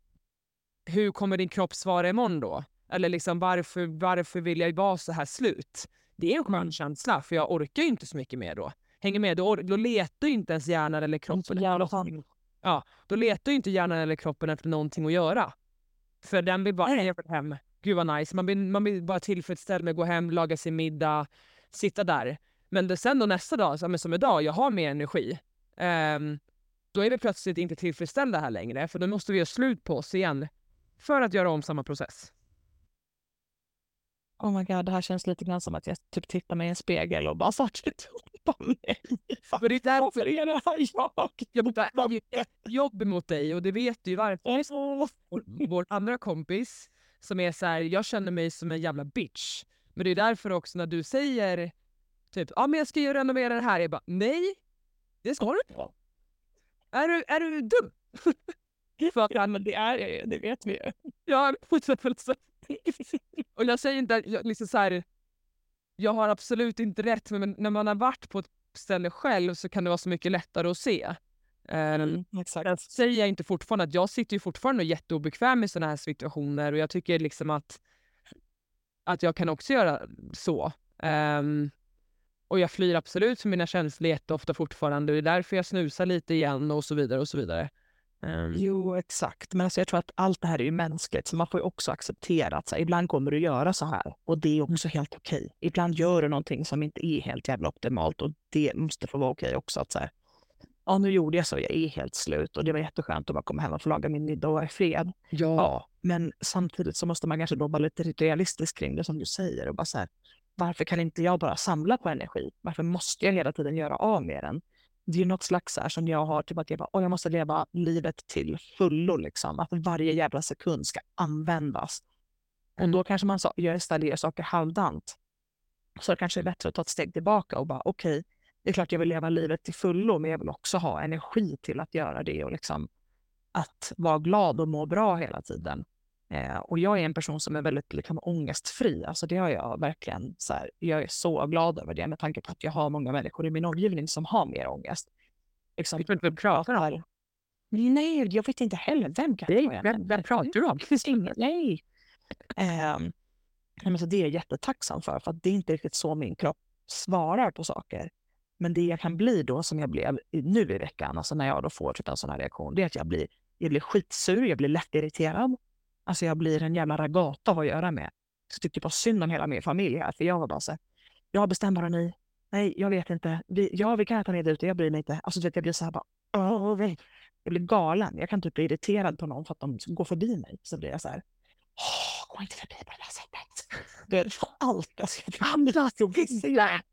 hur kommer din kropp svara imorgon då? Eller liksom varför, varför vill jag vara så här slut? Det är en skön känsla för jag orkar ju inte så mycket mer då. Hänger med, då, då letar ju inte ens hjärnan eller kroppen. Ja, då letar ju inte hjärnan eller kroppen efter någonting att göra. För den vill bara, jag vill hem. Gud vad nice. Man blir, man blir bara tillfredsställd med att gå hem, laga sin middag, sitta där. Men det, sen då nästa dag, som, som idag, jag har mer energi. Um, då är vi plötsligt inte tillfredsställda här längre. För då måste vi göra slut på oss igen. För att göra om samma process. Oh my god, det här känns lite grann som att jag typ tittar mig i en spegel och bara sagt på mig. För det är därför är det här jag. Jag har ett jobb mot dig och det vet du ju varför. Vår andra kompis som är så här, jag känner mig som en jävla bitch. Men det är därför också när du säger typ, ja men jag ska ju renovera det här. Jag bara, nej, det ska du inte. Är du, är du dum? För att, ja men det är jag, det vet vi ju. Ja, och jag säger inte, jag, liksom så här, jag har absolut inte rätt, men när man har varit på ett ställe själv så kan det vara så mycket lättare att se. Mm, exakt. Jag säger inte fortfarande att jag sitter ju fortfarande jätteobekväm i sådana här situationer och jag tycker liksom att att jag kan också göra så. Um, och jag flyr absolut för mina känslor jätteofta fortfarande och det är därför jag snusar lite igen och så vidare och så vidare. Um. Jo, exakt. Men alltså jag tror att allt det här är ju mänskligt så man får ju också acceptera att så här, ibland kommer du göra så här och det är också helt okej. Ibland gör du någonting som inte är helt jävla optimalt och det måste få vara okej också att så här, ja nu gjorde jag så, jag är helt slut och det var jätteskönt att bara komma hem och få laga min middag och vara i fred. Ja. ja. Men samtidigt så måste man kanske då vara lite realistisk kring det som du säger och bara så här, varför kan inte jag bara samla på energi? Varför måste jag hela tiden göra av med den? Det är ju något slags här som jag har, typ att jag bara, oh, jag måste leva livet till fullo liksom. Att varje jävla sekund ska användas. Och då kanske man så, gör istället saker halvdant. Så det kanske är bättre att ta ett steg tillbaka och bara, okej, okay, det är klart jag vill leva livet till fullo, men jag vill också ha energi till att göra det och liksom att vara glad och må bra hela tiden. Eh, och jag är en person som är väldigt liksom, ångestfri. Alltså det har jag verkligen så här, jag är så glad över det med tanke på att jag har många människor i min omgivning som har mer ångest. Liksom, vi inte prata om. Nej, jag vet inte heller. Vem kan Nej, jag? Vem, vem pratar du om? Ingen, nej. Eh, men så det är jag jättetacksam för, för att det är inte riktigt så min kropp svarar på saker. Men det jag kan bli då, som jag blev nu i veckan, alltså när jag då får typ en sån här reaktion, det är att jag blir, jag blir skitsur, jag blir lättirriterad. Alltså jag blir en jävla ragata att göra med. Så tyckte jag bara synd om hela min familj här, för jag var bara så här, jag bestämmer ni. Nej, jag vet inte. Vi, ja, vi kan äta med ute, jag bryr mig inte. Alltså vet, jag blir så här bara, åh, nej. Jag blir galen. Jag kan typ bli irriterad på någon för att de går förbi mig. Så blir jag så här, åh, gå inte förbi på det här sättet. Det är för allt. Alltså, jag andas, jag visste det.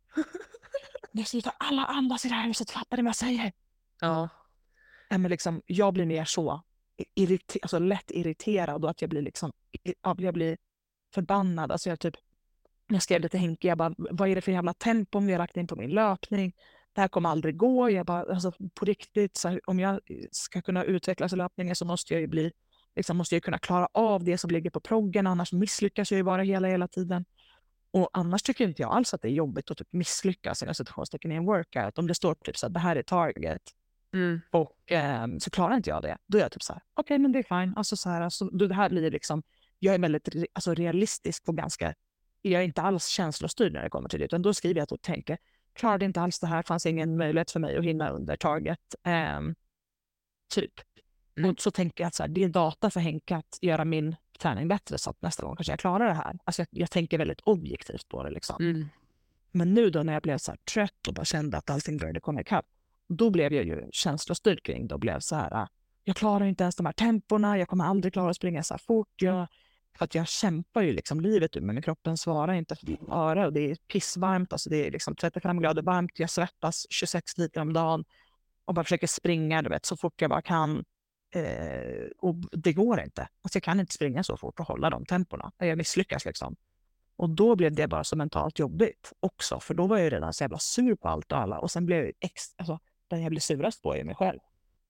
Jag slutar alla andas i det här huset, fattar ni vad jag säger? Ja. Men liksom, jag blir mer så irriter- alltså lätt irriterad och att jag blir liksom, jag blir förbannad. Alltså jag typ, jag skrev det till Henke, jag bara, vad är det för jävla tempo vi har lagt in på min löpning? Det här kommer aldrig gå. Jag bara, alltså på riktigt, så här, om jag ska kunna utvecklas i löpningen så måste jag ju bli, liksom måste jag kunna klara av det som ligger på proggen, annars misslyckas jag ju bara hela, hela tiden. Och annars tycker inte jag alls att det är jobbigt att typ misslyckas i en situationstecken i en workout. Om det står typ så att det här är target Mm. och eh, så klarar inte jag det, då är jag typ så här, okej okay, men det är fine. Alltså så här, alltså, det här blir liksom, jag är väldigt alltså, realistisk och ganska, jag är inte alls känslostyrd när det kommer till det, utan då skriver jag och tänker, klarade inte alls det här, fanns ingen möjlighet för mig att hinna under target. Eh, typ. Mm. Och så tänker jag att så här, det är data för Henke att göra min träning bättre så att nästa gång kanske jag klarar det här. Alltså jag, jag tänker väldigt objektivt på det liksom. Mm. Men nu då när jag blev så här trött och bara kände att allting började komma ikapp, då blev jag ju känslostyrd kring det och blev så här, jag klarar inte ens de här temporna, jag kommer aldrig klara att springa så här fort. Jag, för att jag kämpar ju liksom livet ur, men min kroppen svarar inte för min öra och det är pissvarmt, alltså det är liksom trettiofem grader varmt, jag svettas tjugosex liter om dagen och bara försöker springa, du vet, så fort jag bara kan. Eh, och det går inte. Alltså jag kan inte springa så fort och hålla de temporna. Jag misslyckas liksom. Och då blev det bara så mentalt jobbigt också. För då var jag redan så jävla sur på allt och alla. Och sen blev jag extra, alltså den jag blev surast på är mig själv.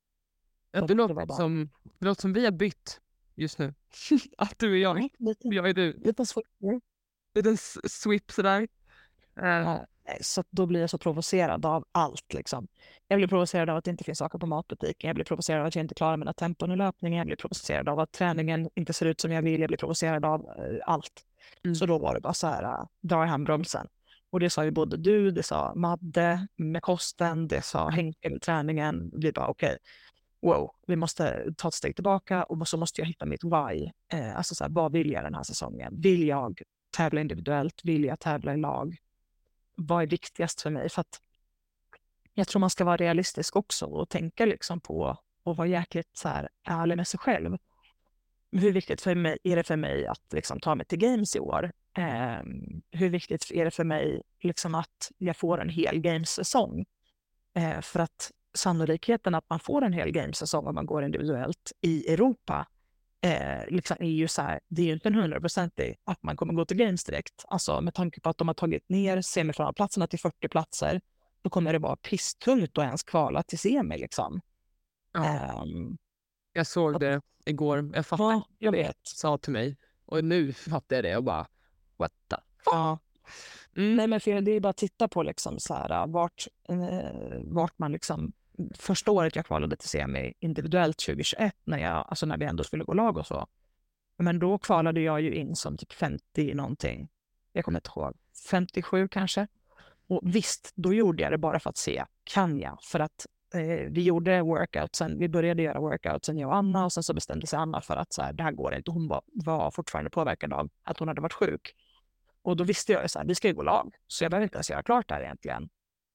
Ja, det, låter bara... som, det låter som vi har bytt just nu. Att du är jag. Nej, lite, jag är du. Lite svårt. Lite sweep sådär. Uh. Så då blir jag så provocerad av allt liksom. Jag blir provocerad av att det inte finns saker på matbutiken. Jag blir provocerad av att jag inte klarar mina tempon i löpningen. Jag blir provocerad av att träningen inte ser ut som jag vill. Jag blir provocerad av uh, allt. Mm. Så då var det bara så här, uh, dra i handbromsen. Och det sa ju både du, det sa Madde med kosten, det sa Henke med träningen. Vi bara okej, okay, wow, vi måste ta ett steg tillbaka och så måste jag hitta mitt why. Uh, alltså så här, vad vill jag den här säsongen? Vill jag tävla individuellt? Vill jag tävla i lag? Vad är viktigast för mig? För att jag tror man ska vara realistisk också och tänka liksom på och vara jäkligt så här ärlig med sig själv. Hur viktigt för mig, är det för mig att liksom ta mig till games i år? Eh, hur viktigt är det för mig liksom att jag får en hel games-säsong? Eh, för att sannolikheten att man får en hel games-säsong om man går individuellt i Europa Eh, liksom är ju så här, det är ju inte en hundraprocentig att man kommer gå till games direkt. Alltså med tanke på att de har tagit ner semifinalplatserna till fyrtio platser, då kommer det vara pisstungt att ens kvala till semi liksom. Ja. Um, jag såg att, det igår. Jag fattade. Ja, jag vet. Sa till mig. Och nu fattar jag det och bara, what the fuck? Ja. Mm. Nej men för det är bara att titta på liksom så här, vart, eh, vart man liksom första året jag kvalade till semi individuellt tjugohundratjugoett när jag, alltså när vi ändå skulle gå lag och så. Men då kvalade jag ju in som typ femtio någonting. Jag kommer inte ihåg. femtiosju kanske. Och visst, då gjorde jag det bara för att se, kan jag? För att eh, vi gjorde workoutsen, vi började göra workoutsen jag och Anna och sen så bestämde sig Anna för att så här, det här går inte. Hon var, var fortfarande påverkad av att hon hade varit sjuk. Och då visste jag så här, vi ska ju gå lag. Så jag behöver inte ens göra klart det här egentligen.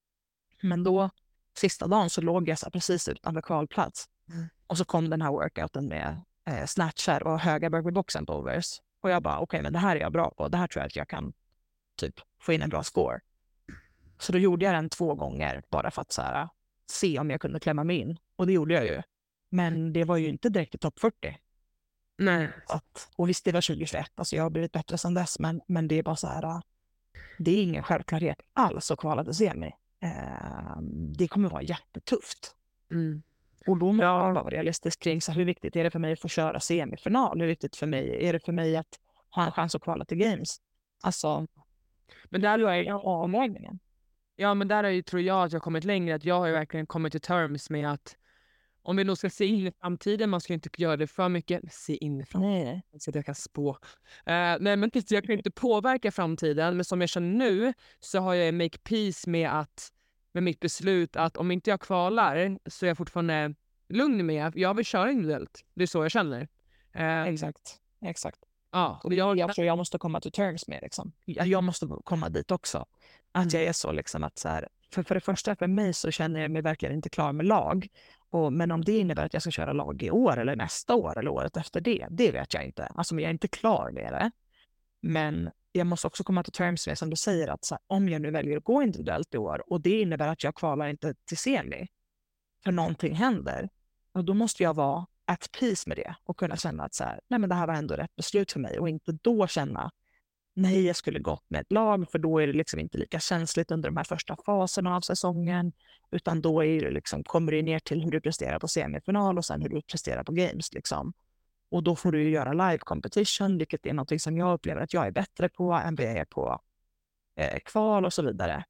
Men då sista dagen så låg jag så precis utanför kvalplats. Mm. Och så kom den här workouten med eh, snatchar och höga burpee box and overs. Och jag bara, okej, okay, men det här är jag bra på. Det här tror jag att jag kan typ få in en bra score. Så då gjorde jag den två gånger bara för att så här, se om jag kunde klämma mig in. Och det gjorde jag ju. Men det var ju inte direkt i topp fyrtio. Nej. Att, och visst, det var tjugohundratjugoett. Alltså jag har blivit bättre sedan dess. Men, men det är bara så här, det är ingen självklarhet alls att kvala till semi. Uh, det kommer vara jättetufft. Mm. Och då måste jag vara realistisk kring så hur viktigt är det för mig att få köra semifinal? Hur viktigt för mig är det för mig att ha en chans att kvala till games? Alltså, men där är jag avvägningen. Ja, men där är ju, tror jag att jag har kommit längre. Att jag har ju verkligen kommit till terms med att om vi nog ska se in i framtiden, man ska inte göra det för mycket. Se in i framtiden. Nej. Så att jag kan spå. Uh, nej, men jag kan inte påverka framtiden. Men som jag känner nu så har jag make peace med att med mitt beslut att om inte jag kvalar så är jag fortfarande lugn med att jag vill köra individuellt. Det är så jag känner. Eh, Exakt, exakt. ja, Och jag, jag tror jag måste komma till terms med liksom. Jag, jag måste komma dit också. Att jag är så liksom att så här, för, för det första för mig så känner jag mig verkligen inte klar med lag. Och, men om det innebär att jag ska köra lag i år eller nästa år eller året efter det, det vet jag inte. Alltså jag är inte klar med det. Men jag måste också komma till terms med, som du säger, att så här, om jag nu väljer att gå individuellt i år och det innebär att jag kvalar inte till semi för någonting händer, och då måste jag vara at peace med det och kunna känna att så här, nej men det här var ändå rätt beslut för mig, och inte då känna nej, jag skulle gått med ett lag, för då är det liksom inte lika känsligt under de här första faserna av säsongen, utan då är det liksom, kommer det ner till hur du presterar på semifinal och sen hur du presterar på games liksom. Och då får du ju göra live competition, vilket är något som jag upplever att jag är bättre på än vad jag är på eh, kval och så vidare.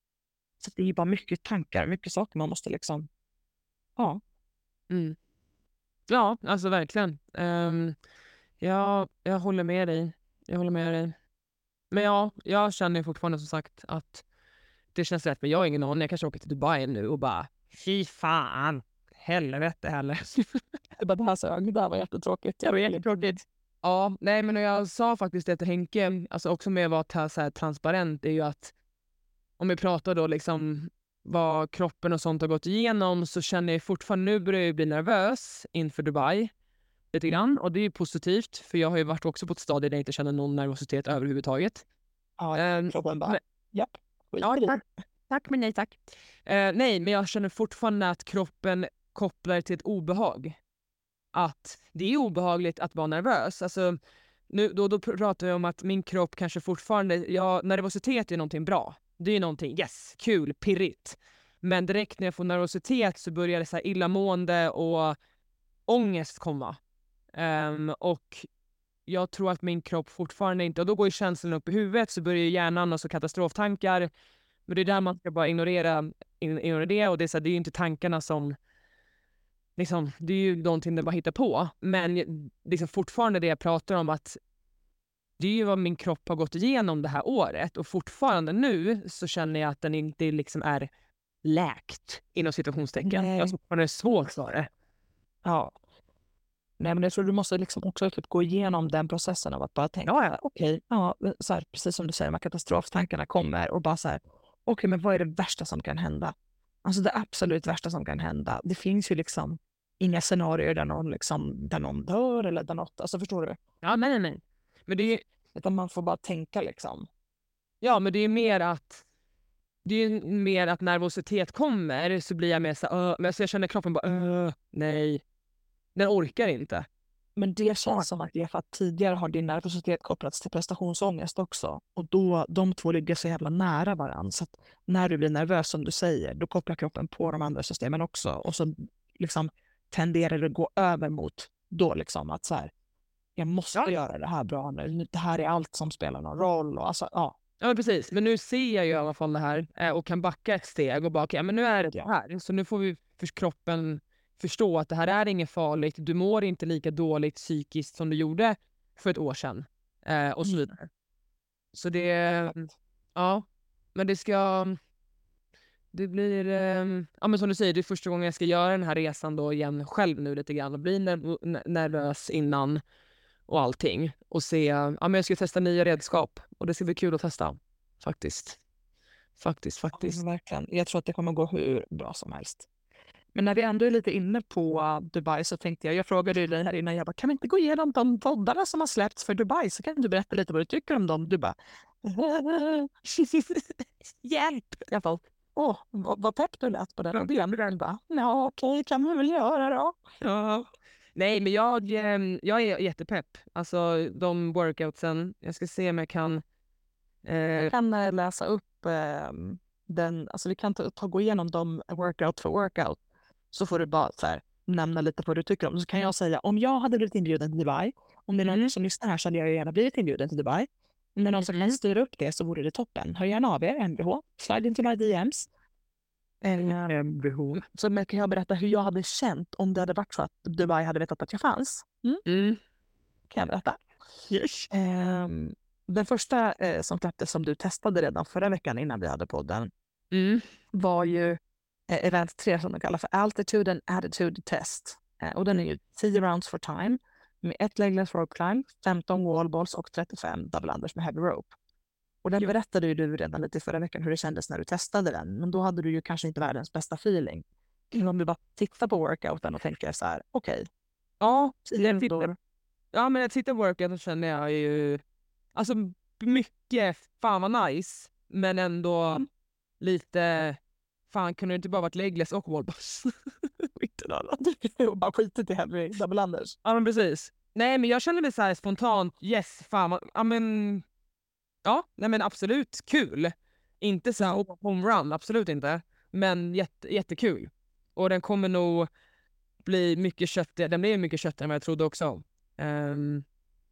Så det är ju bara mycket tankar, mycket saker man måste liksom, ja. Mm. Ja, alltså verkligen. Um, ja, jag håller med dig. Jag håller med dig. Men ja, jag känner fortfarande som sagt att det känns rätt. Men jag har ingen aning. Jag kanske åker till Dubai nu och bara, fy fan, helvete heller. Det bara, det här sög, det här var jättetråkigt. Jag vet, jättetråkigt. Ja, nej men jag sa faktiskt det till Henke, alltså också med att vara ta, så här, transparent, är ju att om vi pratar då liksom vad kroppen och sånt har gått igenom, så känner jag fortfarande, nu börjar jag bli nervös inför Dubai lite grann, och det är ju positivt, för jag har ju varit också på ett stadie där jag inte känner någon nervositet överhuvudtaget. Ja, um, kroppen bara, men, japp. Ja, tack. Tack men nej tack. Uh, nej, men jag känner fortfarande att kroppen kopplar till ett obehag. Att det är obehagligt att vara nervös. Alltså, nu, då, då pratar vi om att min kropp kanske fortfarande... Ja, nervositet är någonting bra. Det är någonting, yes, kul, pirrigt. Men direkt när jag får nervositet så börjar det så här illamående och ångest komma. Um, och jag tror att min kropp fortfarande inte... Och då går ju känslan upp i huvudet, så börjar hjärnan och så katastroftankar. Men det är där man ska bara ignorera, ignorera det. Och det är, så här, det är ju inte tankarna som... Liksom, det är ju någonting det bara hittar på. Men liksom fortfarande det jag pratar om, att det är ju vad min kropp har gått igenom det här året. Och fortfarande nu så känner jag att den inte liksom är läkt inom situationstecken. Nej. Jag har fortfarande svårt för det. Ja. Nej, men jag tror du måste liksom också typ gå igenom den processen av att bara tänka, ja, ja, okej, ja, så här, precis som du säger, de katastroftankarna kommer och bara så här, okej, men vad är det värsta som kan hända? Alltså det absolut värsta som kan hända. Det finns ju liksom inga scenarier där någon, liksom, där någon dör eller där något, alltså förstår du? Ja, nej, nej, nej. Men det är, utan man får bara tänka liksom. Ja, men det är mer att det är mer att nervositet kommer, så blir jag mer så uh, men så jag känner kroppen bara uh, nej. Den orkar inte. Men det känns som att det är för att tidigare har din nervositet kopplats till prestationsångest också. Och då, de två ligger så jävla nära varandra. Så att när du blir nervös, som du säger, då kopplar kroppen på de andra systemen också. Och så liksom tenderar det att gå över mot då liksom att så här, jag måste ja. göra det här bra nu. Det här är allt som spelar någon roll. Och alltså, ja. Ja, precis. Men nu ser jag ju i alla fall det här och kan backa ett steg och bara, okej, okay, men nu är det det här. Så nu får vi för kroppen förstå att det här är inget farligt. Du mår inte lika dåligt psykiskt som du gjorde för ett år sedan. Eh, och så vidare. Mm. Så det... Ja, men det ska... Det blir... Eh, ja, men som du säger, det är första gången jag ska göra den här resan då igen själv nu lite grann. Och bli ner- nervös innan och allting. Och se... Ja, men jag ska testa nya redskap. Och det ska bli kul att testa. Faktiskt. Faktiskt, faktiskt. Ja, verkligen. Jag tror att det kommer gå hur bra som helst. Men när vi ändå är lite inne på Dubai så tänkte jag, jag frågade dig här innan, jag bara, kan vi inte gå igenom de poddarna som har släppts för Dubai, så kan du berätta lite vad du tycker om dem. Du bara, hjälp! Jag bara, åh, vad, vad pepp du lät på den. Och den bara, ja okej, kan vi väl göra då. Ja. Nej, men jag, jag är jättepepp. Alltså de workoutsen, jag ska se om jag kan... Eh... Jag kan läsa upp eh, den, alltså vi kan ta, ta gå igenom dem workout för workout. Så får du bara så här, nämna lite vad du tycker om. Så kan jag säga, om jag hade blivit inbjuden till Dubai, om det är någon mm. som lyssnar här så hade jag gärna blivit inbjuden till Dubai. Om det är någon som kan styra upp det så vore det toppen. Hör gärna av er, M B H. Slide into my D Ms. Eller M B H. Så kan jag berätta hur jag hade känt om det hade varit så att Dubai hade vetat att jag fanns. Mm. Mm. Kan jag berätta? Yes. Um, den första eh, som släpptes som du testade redan förra veckan innan vi hade podden Mm. var ju eh, event tre som de kallar för Altitude and Attitude Test. Eh, och den är ju tio rounds for time med ett legless rope climb, femton wallballs och trettiofem double unders med heavy rope. Och den Ja. berättade ju du redan lite förra veckan hur det kändes när du testade den. Men då hade du ju kanske inte världens bästa feeling. Om du bara tittar på workouten och tänker så här, okej. Okay, Ja, jag tittar, ja, men jag tittar på workouten och känner jag ju... Alltså mycket, fan vad nice. Men ändå mm. lite... Fan, kunde det inte bara varit legless och wallballs? Inte annat. Och bara skitit i heavy double unders. Ja, men precis. Nej, men jag känner mig så här spontant, yes, fan, man, ja men... Ja, nej men absolut, kul. Inte så här home run, absolut inte. Men jätte, jättekul. Och den kommer nog bli mycket kött, den blir mycket kött än vad jag trodde också. Um,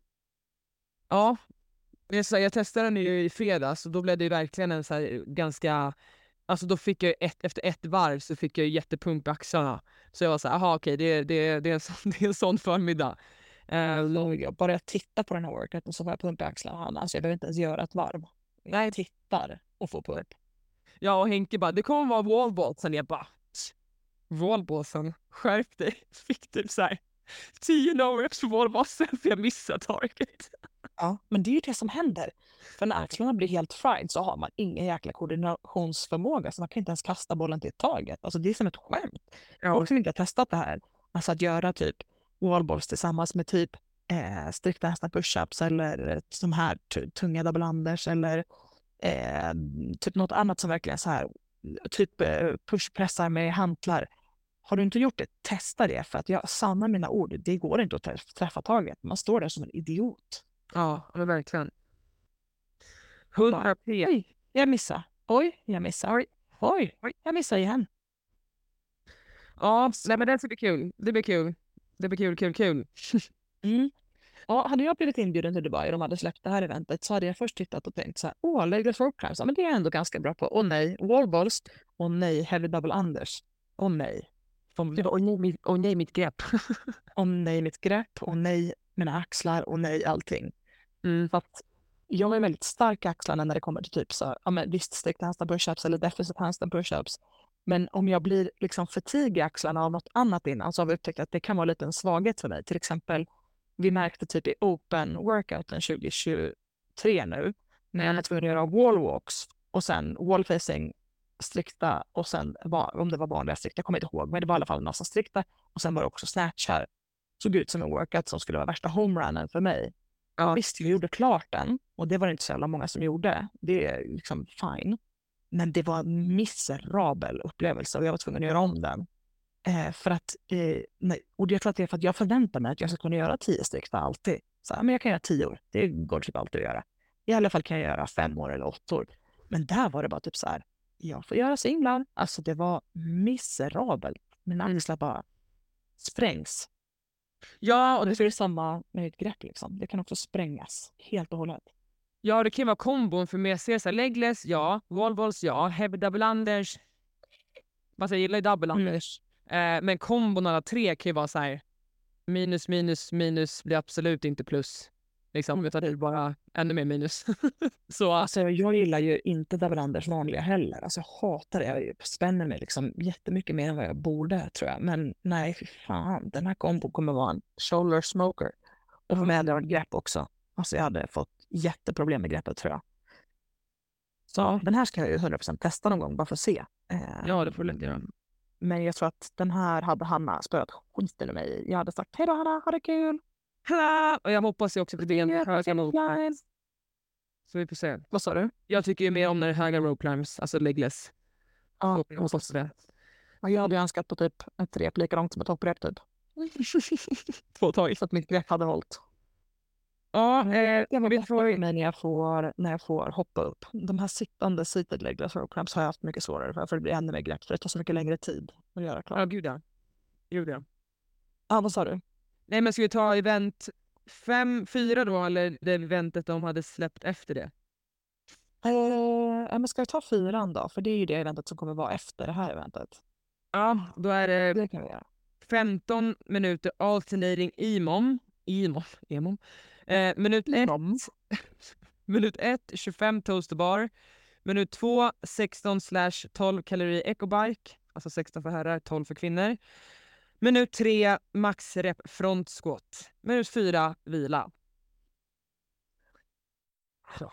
ja, jag, så här, jag testade den ju i fredags och då blev det verkligen en så här ganska... Alltså då fick jag ett, efter ett varv så fick jag jättepump i axlarna. Så jag var så här, aha okej, det, det, det, är en sån, det är en sån förmiddag. Uh, bara jag tittar på den här workouten så får jag pump i axlarna. Alltså jag behöver inte ens göra ett varv. Jag tittar och får pump. Ja, och Henke bara, det kommer vara wallballsen. Jag bara, wallballsen, skärp dig. Fick typ så här tio no-reps på wallballsen för jag missade target. Ja, men det är ju det som händer. För när axlarna blir helt fried så har man ingen jäkla koordinationsförmåga. Så man kan inte ens kasta bollen till ett target. Alltså det är som ett skämt. Ja. Och som inte har testat det här. Alltså att göra typ wallballs tillsammans med typ eh, strikta handstand push-ups eller de här t- tunga double unders eller eh, typ något annat som verkligen så här typ eh, pushpressar med hantlar. Har du inte gjort det, testa det. För att jag sannar mina ord, det går inte att träffa taget. Man står där som en idiot. Ja, men verkligen. hundra p. Oj, jag missade. Oj, jag missade. Oj, oj, oj jag missade igen. Ja, nej, men det blir kul. Det blir kul. Det blir kul, kul, kul. mm. Ja, hade jag blivit inbjuden till Dubai och de hade släppt det här eventet så hade jag först tittat och tänkt så här, åh, legless rope climbs, ja, men det är jag ändå ganska bra på. Åh nej, wallballs. Åh nej, heavy double unders. Åh nej. Åh nej, mitt, åh nej, mitt grepp. Åh nej, mitt grepp. Åh nej, mina axlar. Åh nej, allting. Mm. För att jag är väldigt stark i axlarna när det kommer till typ så, ja men visst strikta handstand push-ups eller deficit handstand push-ups. Men om jag blir liksom fatig i axlarna av något annat innan så har vi upptäckt att det kan vara lite en svaghet för mig. Till exempel, vi märkte typ i open workouten tjugo tjugotre nu när jag var tvungen att göra wallwalks och sen wallfacing strikta och sen om det var vanliga strikta, jag kommer inte ihåg, men det var i alla fall nästan strikta och sen var det också snatchar. Såg ut som en workout som skulle vara värsta homerunnen för mig. Ja, visst, jag gjorde klart den och det var inte så jävla många som gjorde. Det är liksom fine. Men det var en miserabel upplevelse och jag var tvungen att göra om den. Eh, för att, eh, nej, och jag tror att det är för att jag förväntar mig att jag ska kunna göra tio strikta alltid. Så, men jag kan göra tio år, det går typ alltid att göra. I alla fall kan jag göra fem år eller åtta år. Men där var det bara typ så här, jag får göra singlar. Alltså det var miserabelt. Mina axlar bara sprängs. Ja, och det är samma med ett grepp liksom. Det kan också sprängas helt och hållet. Ja, det kan vara kombon för mig. Jag ser legless, ja. Wallballs, ja. Heavy double unders. Vad säger jag gillar double unders. Mm. Eh, men kombon alla tre kan ju vara så här. Minus, minus, minus blir absolut inte plus. Liksom, utan det är bara ännu mer minus. Så. Alltså, jag gillar ju inte double unders vanliga heller. Alltså, jag hatar det. Jag spänner mig liksom jättemycket mer än vad jag borde, tror jag. Men nej, för fan. Den här kombon kommer vara en shoulder smoker. Och för mig hade jag ett grepp också. Alltså, jag hade fått jätteproblem med greppet, tror jag. Så den här ska jag ju hundra procent testa någon gång, bara för att se. Eh, ja, det får du göra. Men jag tror att den här hade Hanna spöat skiten ur mig. Jag hade sagt, hej då Hanna, ha det kul! Och jag hoppas ju också på det. Yeah, så vi får se. Vad sa du? Jag tycker ju mer om när det är höga rope climbs, alltså legless. Ja, jag hoppas det. Jag hade önskat på typ ett rep lika långt som ett hopprep typ. Två tag. Så att mitt grepp hade hållit. Ja, eh, jag vet mig när jag, får, när jag får hoppa upp. De här sittande seated legless rope climbs har jag haft mycket svårare för, för det blir ännu mer grepp. För det tar så mycket längre tid att göra klart. Ja, gud ja. Gud ja. Ja, vad sa du? Nej, men ska vi ta event fem, fyra då, eller det eventet de hade släppt efter det? Eh, men ska vi ta fyran då? För det är ju det eventet som kommer vara efter det här eventet. Ja, då är det, det kan vi göra. femton minuter alternating imom. Imom? Imom? Eh, minut ett. minut ett, tjugofem toast bar. Minut två, sexton slash tolv kalorier ecobike. Alltså sexton för herrar, tolv för kvinnor. Minut tre, maxrep front squat. Minut fyra, vila. Så.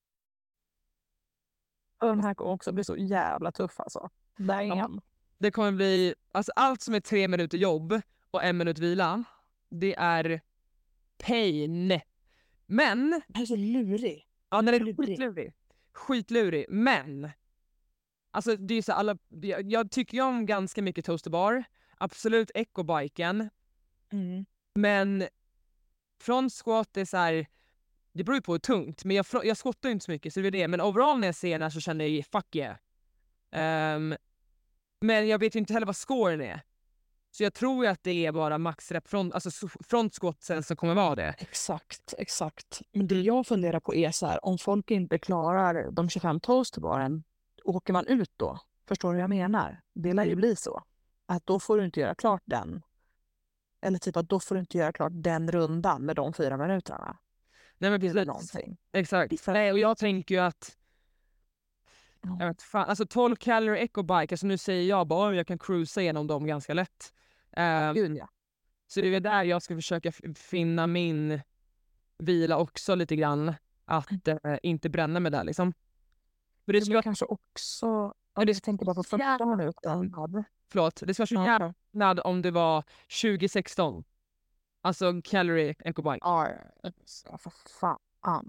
Och den här kommer också bli så jävla tuff alltså. Damn. Det kommer bli, alltså allt som är tre minuter jobb och en minut vila, det är pain. Men, Det är så lurig. ja, den är Lurig. skitlurig. Skitlurig, men alltså det är så alla, jag, jag tycker ju om ganska mycket toaster bar. Absolut ecobiken, Mm. men front squat är så här, det beror ju på hur tungt, men jag, jag squattar ju inte så mycket så det är det, men overall när jag ser den här så känner jag fuck yeah. Um, men jag vet ju inte heller vad scoren är. Så jag tror ju att det är bara maxrep front, alltså front squatsen som kommer vara det. Exakt, exakt. Men det jag funderar på är så här, om folk inte klarar de tjugofem toasterbaren, åker man ut då? Förstår du vad jag menar? Det lär ju bli så. Att då får du inte göra klart den. Eller typ att då får du inte göra klart den rundan med de fyra minuterna. Nej men precis. Någonting. Exakt. Nej, och jag tänker ju att jag vet, fan, alltså tolv calorie ecobike, alltså nu säger jag bara jag kan cruisa igenom dem ganska lätt. Um, Gud, ja. så det är där jag ska försöka f- finna min vila också lite grann. Att uh, inte bränna mig där liksom. Men det ska Jag kanske också... Ja, det tänker bara på första minuten. Förlåt, det ska vara så Ja. jävla skillnad om det var tjugo sexton. Alltså calorie ecobike. Ja, för fan.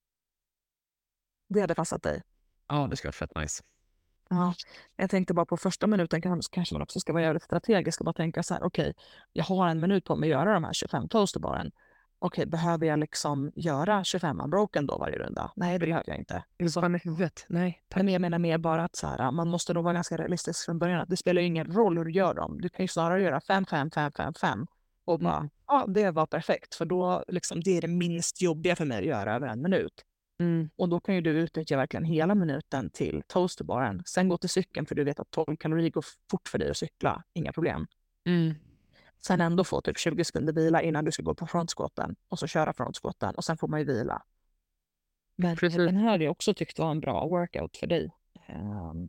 Det hade passat dig. Ja, det ska vara fett nice. Ja, jag tänkte bara på första minuten kanske, kanske man också ska vara jävligt strategisk och bara tänka så här, okej, jag har en minut på mig att göra de här tjugofem toasterbaren. Okej, behöver jag liksom göra tjugofem unbroken då varje runda? Nej, det behöver jag inte. Så med huvudet? Nej. Men jag menar mer bara att så här, man måste nog vara ganska realistisk från början. Det spelar ju ingen roll hur du gör dem. Du kan ju snarare göra fem, fem, fem, fem, fem. Och bara, Mm. ja, det var perfekt. För då, liksom, det är det minst jobbiga för mig att göra över en minut. Mm. Och då kan ju du utnyttja verkligen hela minuten till toasterbaren. Sen gå till cykeln för du vet att tolv kalorier går fort för dig att cykla. Inga problem. Mm. Sen ändå få typ tjugo sekunder vila innan du ska gå på frontsquatten. Och så köra frontsquatten och sen får man ju vila. Men Precis. den här hade jag också tyckt var en bra workout för dig. Um,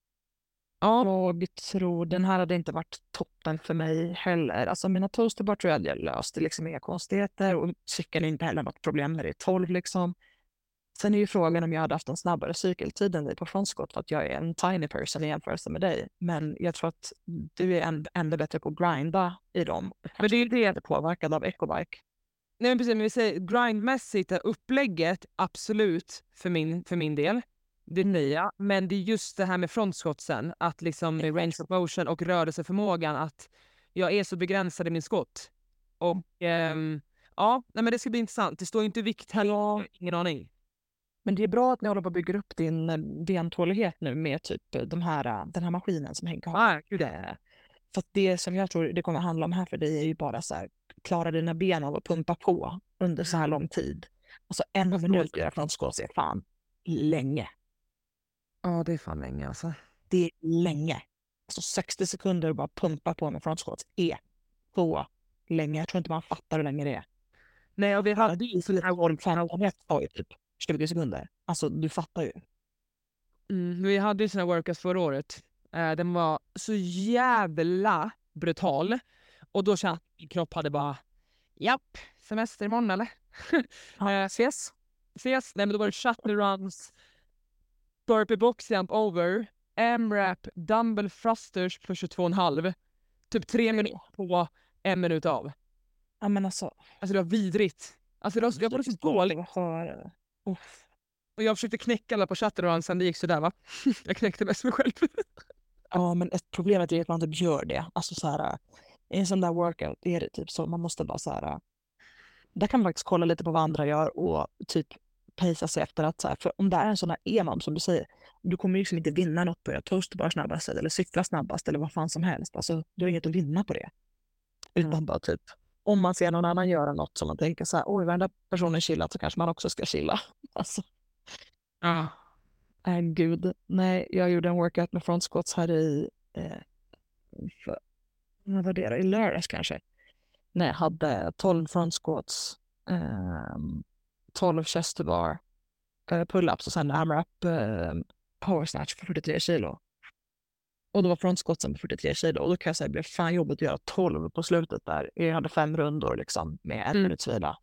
Ja. jag tror den här hade inte varit toppen för mig heller. Alltså mina toasterbar tror jag hade jag löst. Det är liksom inga konstigheter och cykeln är inte heller något problem med det är tolv liksom. Sen är ju frågan om jag hade haft en snabbare cykeltid än dig på frontsquat för att jag är en tiny person i jämförelse med dig. Men jag tror att du är en, ännu bättre på att grinda i dem. Men det är ju det. är påverkad av ecobike. Nej men precis, men vi säger grindmässigt är upplägget absolut för min, för min del. Det nya, men det är just det här med frontsquatsen, att liksom med range of motion och rörelseförmågan, att jag är så begränsad i min skott. Och ehm, ja, nej men det ska bli intressant. Det står ju inte vikt heller, ingen aning. Men det är bra att ni håller på att bygga upp din eh, bentålighet nu med typ de här, eh, den här maskinen som Henke har. Ah, gud. Det, för att det som jag tror det kommer handla om här för dig är ju bara så här, klara dina ben av att pumpa på under så här lång tid. Alltså en minut göra frontsquats är fan länge. Ja, det är fan länge alltså. Det är länge. Alltså sextio sekunder bara pumpa på med frontsquats är så länge. Jag tror inte man fattar hur länge det är. Nej, och vi hade ju Så lite warm-fan tar ju typ tjugo sekunder. Alltså du fattar ju. Mm, vi hade ju såna workouts förra året. Eh, den var så jävla brutal. Och då kände jag att min kropp hade bara, japp, semester imorgon eller? Ja, ses. Ses, nej men då var det shuttle runs, burpee box jump over, M-rap, dumbbell thrusters på tjugotvå och en halv. Typ tre minuter på en minut av. Ja men alltså. Alltså det var vidrigt. Alltså det var, jag var så dålig. Har... Oh. Och jag försökte knäcka alla på shuttle runsen, det gick så där va? Jag knäckte mest mig själv. Ja men ett problemet är att man inte gör det. Alltså så här, i en sån där workout är det typ så. Man måste bara så här. Där kan man faktiskt kolla lite på vad andra gör och typ pacea sig efter att så här, för om det är en sån här E M A M som du säger, du kommer ju liksom inte vinna något på att toasta bara snabbast eller cykla snabbast eller vad fan som helst. Alltså du har inget att vinna på det. Utan Mm. bara typ, om man ser någon annan göra något som man tänker så här, oj varenda personen chillat så kanske man också ska chilla. Alltså, Ja. nej gud. Nej, jag gjorde en workout med front squats här i, eh, för, vad var det då? I lördags kanske. Nej, jag hade tolv front squats, eh, tolv chest to bar, eh, pull-ups och sen AMRAP, eh, power snatch för fyrtiotre kilo. Och det var frontsquatsen på fyrtiotre kilo. Och då kan jag säga att det blev fan jobbigt att göra tolv på slutet där. Jag hade fem rundor liksom med en Mm. minuts vila.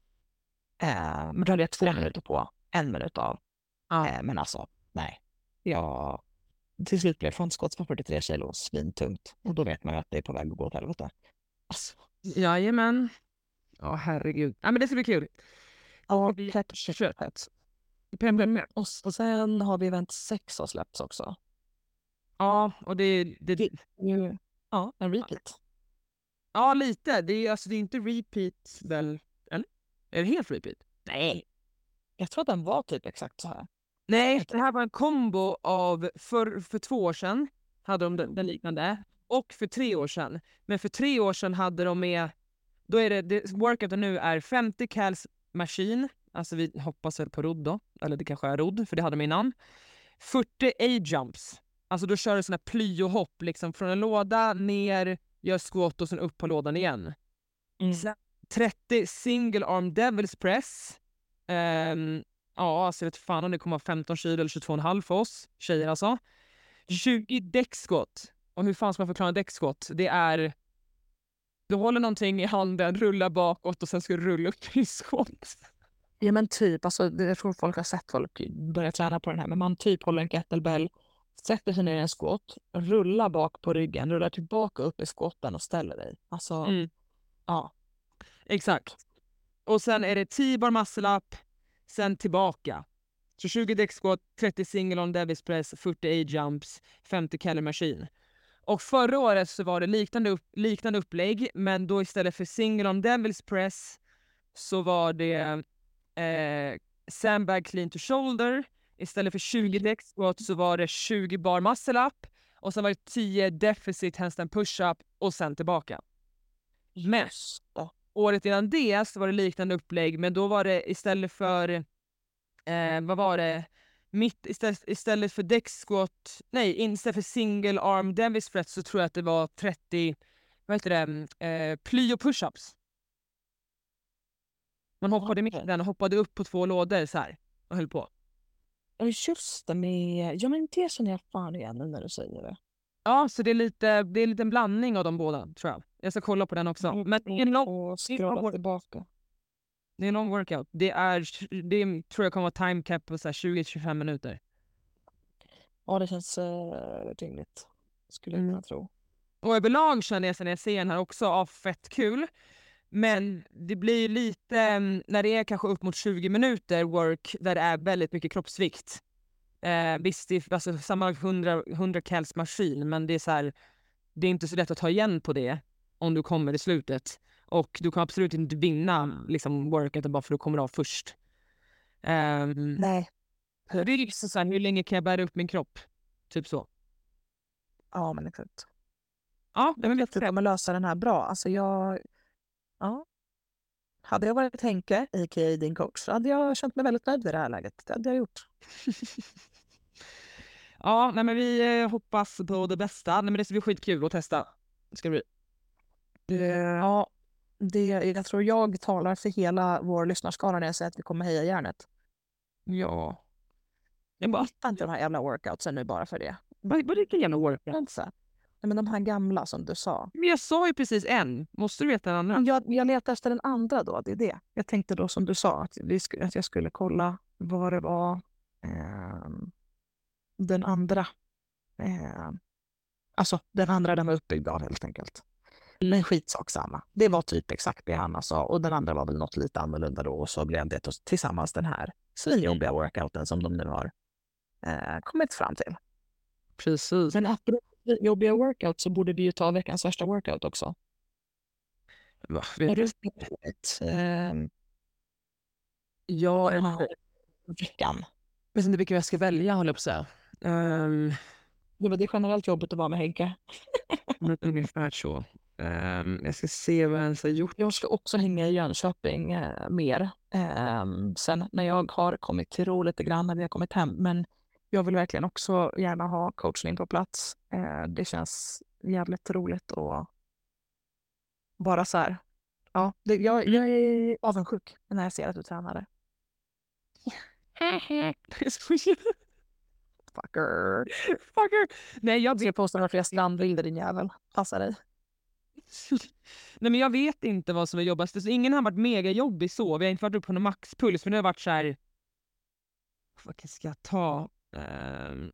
Eh, men då hade jag två minuter på. En minut av. Ja. Eh, men alltså, nej. Jag... Till slut blev frontsquats på fyrtiotre kilo svintungt. Och då vet man ju att det är på väg att gå åt helvete. Alltså, Jajamän. Ja, herregud. Ja, men det ska bli kul. ja, vi- fett, fett, kör. fett. Vem blir med? Och så- och sen har vi event sex som släpps också. Ja, och det, det, det Ju- Ja, en repeat. ja, lite. Det är alltså det är inte repeat väl, eller? Är det helt repeat? Nej. Jag tror att den var typ exakt så här. Nej, det här var en kombo av för, för två år sedan hade de den, den liknande och för tre år sedan. Men för tre år sedan hade de med, då är det, det workouten nu är femtio cals maskin, alltså vi hoppas väl på rodd då, eller det kanske är rodd för det hade de innan. fyrtio A-jumps, alltså då kör du såna plyohopp liksom från en låda ner, gör squat och sen upp på lådan igen. Mm. Sen trettio single arm devils press. Ehm, ja, alltså jag vet fan om det kommer vara femton kilo eller tjugotvå komma fem för oss tjejer alltså. tjugo däcksskott. Och hur fan ska man förklara däcksskott? Det är du håller någonting i handen, rullar bakåt och sen ska du rulla upp i skott. Ja men typ, alltså, det- jag tror folk har sett folk börja träna på den här. Men man typ håller en kettlebell, sätter sig ner i en squat, rullar bak på ryggen, rullar tillbaka upp i squatten och ställer dig. Alltså, Mm. ja. Exakt. Och sen är det tio bar muscle up, sen tillbaka. Så tjugo däcksskott, trettio single on devils press, fyrtio A-jumps, femtio calorie maskin. Och förra året så var det liknande, upp, liknande upplägg, men då istället för single on devils press så var det eh, sandbag clean to shoulder. Istället för tjugo däcksskott så var det tjugo bar muscle up. Och sen var det tio deficit handstand push-up och sen tillbaka. Men året innan det så var det liknande upplägg, men då var det istället för eh, vad var det mitt istället, istället för däcksskott, nej istället för single arm devis press så tror jag att det var trettio vad heter det eh, plyo push-ups. Man hoppade mitt i den och hoppade upp på två lådor så här och höll på. Ja, just det, med... Ja men det känner jag fan igen nu när du säger det. Ja, så det är lite det är lite en blandning av de båda tror jag. Jag ska kolla på den också. Men det är en lång, Och scrolla tillbaka. det är en lång workout. Det är det är, tror jag kommer vara time cap på så här tjugo till tjugofem minuter. Ja, det känns uh, rimligt. Skulle jag Mm. kunna tro. Och överlag känner jag sen när jag ser den här också av fett kul. Men det blir lite, mm, när det är kanske upp mot tjugo minuter work där det är väldigt mycket kroppsvikt. Eh, visst, det är alltså samma hundra, hundra cals maskin, men det är så här, det är inte så lätt att ta igen på det om du kommer i slutet. Och du kan absolut inte vinna liksom workouten bara för att du kommer av först. Um, Nej. det är liksom så här, hur länge kan jag bära upp min kropp? Typ så. Ja men exakt. Ja, det Jag är vet att du kommer lösa den här bra. Alltså jag... Ja. Hade jag varit Henke, a k a din coach, så hade jag känt mig väldigt nöjd i det här läget. Det hade jag gjort. Ja, nej men vi eh, hoppas på det bästa. Nej, men det ska bli skitkul att testa. Det ska bli. Det, ja, det, jag tror jag talar för hela vår lyssnarskara när jag säger att vi kommer heja järnet. Ja. Jag bara hittar inte de här jävla workoutsen nu bara för det. Vad vad är det jävla workout? Alltså. Nej, men de här gamla som du sa. Men jag sa ju precis en. Måste du veta den andra? Jag, jag letar efter den andra då, det är det. Jag tänkte då som du sa att, vi sk- att jag skulle kolla vad det var ehm, den andra. ehm, alltså den andra den var uppbyggd av helt enkelt. Men skitsak samma. Det var typ exakt det Hanna sa och den andra var väl något lite annorlunda då och så blev det tos- tillsammans den här svinjobbiga workouten som de nu har eh, kommit fram till. Precis. Men apropå jobbiga workout så borde vi ju ta veckans värsta workout också. Va, Har vet du du? ett, ehm, Jag den är... här veckan? vet inte vilken jag ska välja, håller jag på att säga. Um, Det var det generellt jobbet att vara med Henke. ungefär så. Um, jag ska se vad jag ens har gjort. Jag ska också hänga i Jönköping eh, mer. Ehm, sen när jag har kommit till ro lite grann när vi har kommit hem. Men jag vill verkligen också gärna ha coachning på plats. Eh, det känns jävligt roligt och bara så här. Ja, det, jag, jag är avundsjuk när jag ser att du tränar det. Fucker. Fucker. Nej, jag Jag ska posta några fler strandbilder din jävel. Passa dig. Nej, men jag vet inte vad som är jobbigast. Så ingen har varit mega jobbig så. Vi har inte varit uppe på någon maxpuls, men det har varit så här. Vad ska jag ta? Um...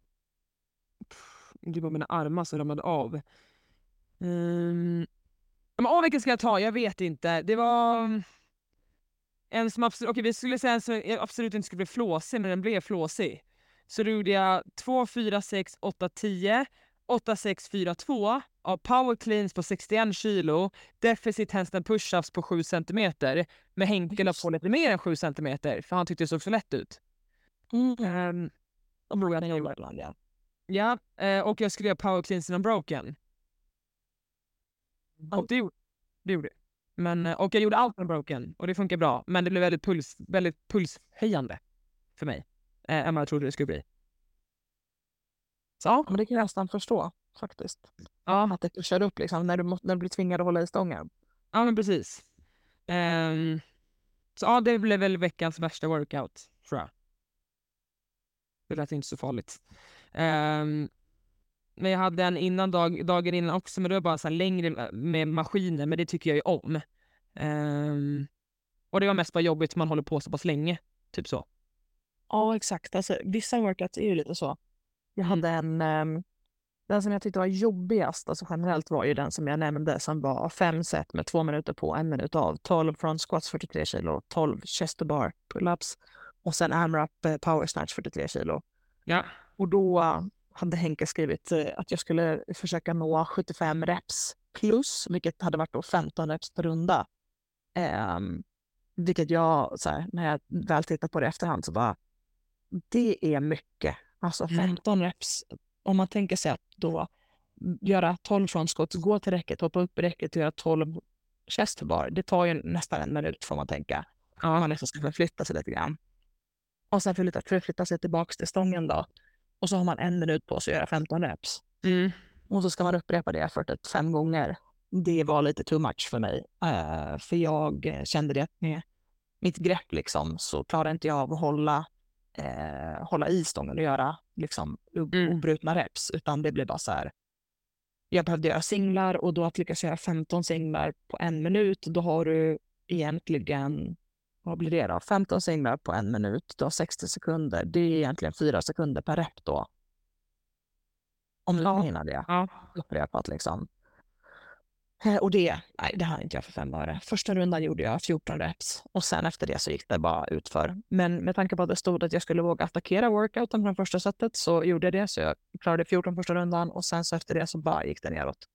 Det var mina armar som ramlade av. Um... Men av vilken ska jag ta? Jag vet inte. Det var en som absolut, okej, vi skulle säga så jag absolut inte skulle bli flåsig, men den blev flåsig. Så då gjorde jag två, fyra, sex, åtta, tio, åtta, sex, fyra, två av power cleans på sextioen kilo, deficit handstand push-ups på sju centimeter, med Henke la på lite mer än sju centimeter, för han tyckte det såg så lätt ut. Mm. Um, jag gjorde ibland, ja. Ja, eh, och jag skulle göra power cleans in broken. Och det, det gjorde det. Men, och jag gjorde allt med broken, och det funkar bra. Men det blev väldigt, puls, väldigt pulshöjande för mig. Eh, än vad jag trodde det skulle bli. Så. Men det kan jag nästan förstå, faktiskt. Ja. Att det kör upp liksom, när du, må, när du blir tvingad att hålla i stången. Ja, men precis. Um, så ja, det blev väl veckans värsta workout, tror jag. Det lät inte så farligt. Um, men jag hade en innan dag, dagen innan också, men det var bara så här längre med maskiner, men det tycker jag ju om. Um, och det var mest bara jobbigt, man håller på så pass länge, typ så. Ja, exakt. Alltså, vissa workouts är ju lite så. Jag hade en, um, den som jag tyckte var jobbigast, alltså generellt, var ju den som jag nämnde, som var fem set med två minuter på, en minut av, tolv front squats fyrtiotre kilo, tolv chest to bar pull-ups och sen AMRAP uh, power snatch fyrtiotre kilo. Ja. Och då uh, hade Henke skrivit uh, att jag skulle försöka nå sjuttiofem reps plus, vilket hade varit då femton reps per runda. Um, vilket jag, så här, när jag väl tittar på det i efterhand, så bara, det är mycket. Alltså femton reps, om man tänker sig att då göra tolv frontskott, gå till räcket, hoppa upp i räcket och göra tolv chest to bar. Det tar ju nästan en minut, får man tänka. Ja, man liksom ska förflytta sig lite grann. Och sen förflytta, förflytta sig tillbaka till stången då. Och så har man en minut på sig att göra femton reps. Mm. Och så ska man upprepa det effortet fem gånger. Det var lite too much för mig. Uh, för jag kände det med mitt grepp liksom, så klarade inte jag av att hålla Eh, hålla i stången och göra liksom Mm. obrutna reps, utan det blev bara så här. Jag behövde göra singlar, och då att lyckas göra femton singlar på en minut, då har du egentligen, vad blir det då? femton singlar på en minut, då sextio sekunder. Det är egentligen fyra sekunder per rep då. Om du Ja. hinner det. Ja. Upprepat liksom. Eh, Och det, nej, det hann inte jag för fem öre. Första rundan gjorde jag fjorton reps, och sen efter det så gick det bara utför. Men med tanke på att det stod att jag skulle våga attackera workouten från första sättet, så gjorde jag det. Så jag klarade fjorton första rundan, och sen så efter det så bara gick det neråt.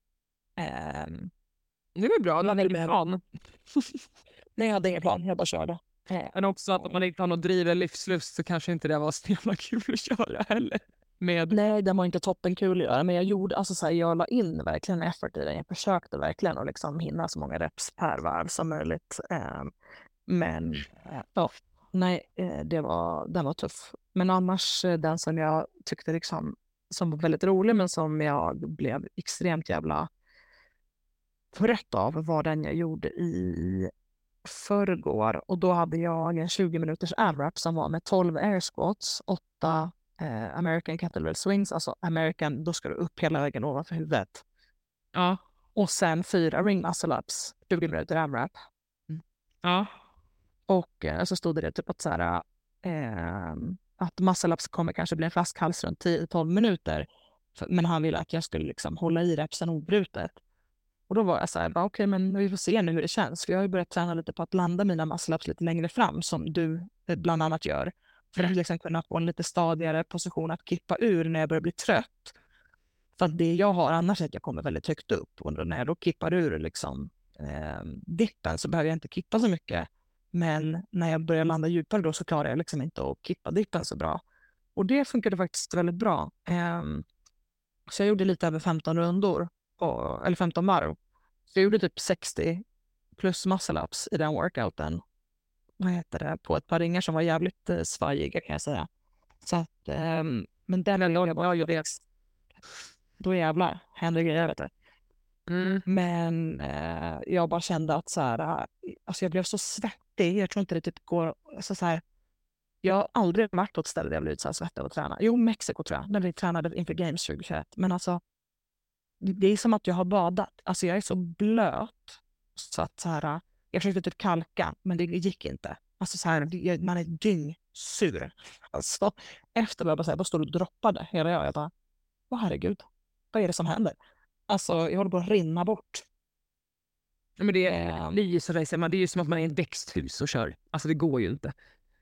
Um, Det var bra, det var väldigt väldigt plan. nej, jag hade ingen plan, jag bara körde. Eh, Men också att om man inte har något driv eller livslust, så kanske inte det var så jävla kul att köra heller. Med... Nej, det var inte toppenkul att göra, men jag gjorde, alltså så här, jag la in verkligen effort i det. Jag försökte verkligen att liksom hinna så många reps per varv som möjligt. Um, men uh, ja, nej, uh, det var, den var tuff. Men annars, uh, den som jag tyckte liksom, som var väldigt rolig, men som jag blev extremt jävla trött av, var den jag gjorde i förrgår. Och då hade jag en tjugo minuters AMRAP som var med tolv air squats, åtta Eh, American kettlebell swings, alltså American, då ska du upp hela vägen ovanför huvudet. Ja. Och sen fyra ring muscle ups, tjugo minuter AMRAP. Mm. Ja. Och eh, så stod det typ att så här, eh, att muscle ups kommer kanske bli en flaskhals runt tio till tolv minuter. För, men han ville att jag skulle liksom hålla i repsen obrutet. Och då var jag så här, okej, okay, men vi får se nu hur det känns. För jag har ju börjat träna lite på att landa mina muscle ups lite längre fram, som du eh, bland annat gör. För att liksom kunna få en lite stadigare position att kippa ur när jag börjar bli trött. För att det jag har annars är att jag kommer väldigt högt upp. Och när jag då kippar ur liksom, eh, dippen, så behöver jag inte kippa så mycket. Men när jag börjar landa djupare då, så klarar jag liksom inte att kippa dippen så bra. Och det funkade faktiskt väldigt bra. Eh, så jag gjorde lite över femton rundor. På, eller femton varv. Så jag gjorde typ sextio plus muscle ups i den workouten. Vad heter det, på ett par ringar som var jävligt eh, svajiga, kan jag säga. Så att, eh, men den låg jag bara gjorde det. Då jävlar, händer grejer, vet du. Mm. Men eh, jag bara kände att så här, alltså jag blev så svettig. Jag tror inte det typ går, alltså så här, Jag har aldrig varit på ett ställe där jag blivit så här svettig av att träna. Jo, Mexiko tror jag, när vi tränade inför Games tjugohundratjugoett. Men alltså, det är som att jag har badat. Alltså jag är så blöt så att så här, jag försökte typ kalka, men det gick inte. Alltså så här, jag- man är dyngsur. Alltså, efter jag bara, så här, bara stod och droppade hela jag. Jag bara, åh herregud, vad är det som händer? Alltså jag håller på att rinna bort. Ja, men det, Ehm. det är ju så där, säger man, det är ju som att man är i ett växthus och kör. Alltså det går ju inte.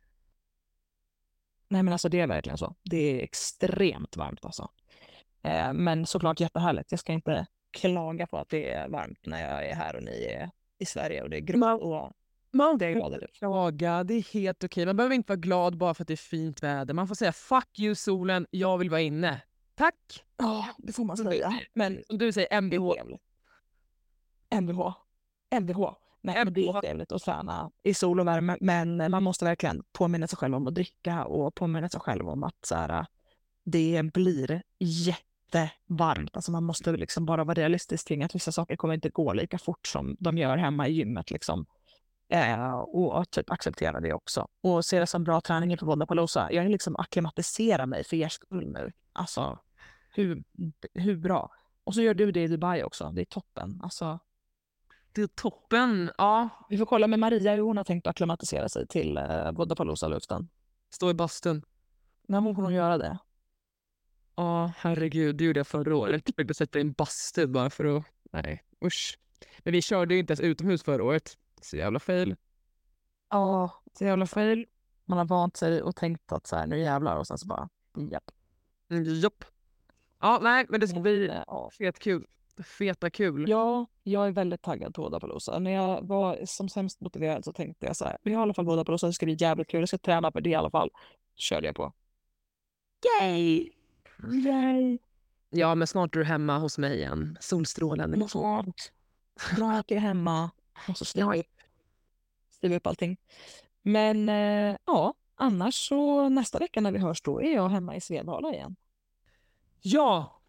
Nej men alltså det är verkligen så. Det är extremt varmt alltså. Eh, men såklart jättehärligt. Jag ska inte klaga på att det är varmt när jag är här och ni är i Sverige och det är grått och Man det är glad ut. klaga, det är helt okej. Man behöver inte vara glad bara för att det är fint väder. Man får säga fuck you solen, jag vill vara inne. Tack! Ja, det får man säga. Men Som du säger, M B H. M B H. M B H. Nej, men det är trevligt att träna i sol och värme, men man måste verkligen påminna sig själv om att dricka och påminna sig själv om att så här, det blir jättevarmt. Alltså man måste liksom bara vara realistisk kring att vissa saker kommer inte gå lika fort som de gör hemma i gymmet. Liksom. Eh, och typ acceptera det också. Och se det som bra träning på Wodapalooza. Jag är liksom akklimatisera mig för er skull nu. Alltså, hur, hur bra. Och så gör du det i Dubai också. Det är toppen. Alltså, Det är toppen. Ja, vi får kolla med Maria hur hon har tänkt att akklimatisera sig till eh, Wodapalooza-luften. stå i bastun. När hon kommer göra det. Ja, herregud, det gjorde jag förra året. Jag försökte sätta in bastu bara för att... Nej, usch. Men vi körde ju inte ens utomhus förra året. Så jävla fail. Ja, så jävla fel. Man har vant sig och tänkt att så här, nu jävlar. Och sen så bara, japp. Mm, Jopp. Ja, nej, men det ska bli Ja. fet kul. Feta kul. Ja, jag är väldigt taggad på Wodapalooza. När jag var som sämst motiverad så tänkte jag så här, vi har i alla fall Wodapalooza, det ska bli jävligt kul. Jag ska träna på det i alla fall. Körde jag på. Yay! Yay! Ja, men snart är du hemma hos mig igen. Solstrålen. Men snart. Bra att jag är hemma. Och så skriva upp, skriva upp allting. Men eh, ja, annars så nästa vecka när vi hörs då är jag hemma i Svedala igen. Ja!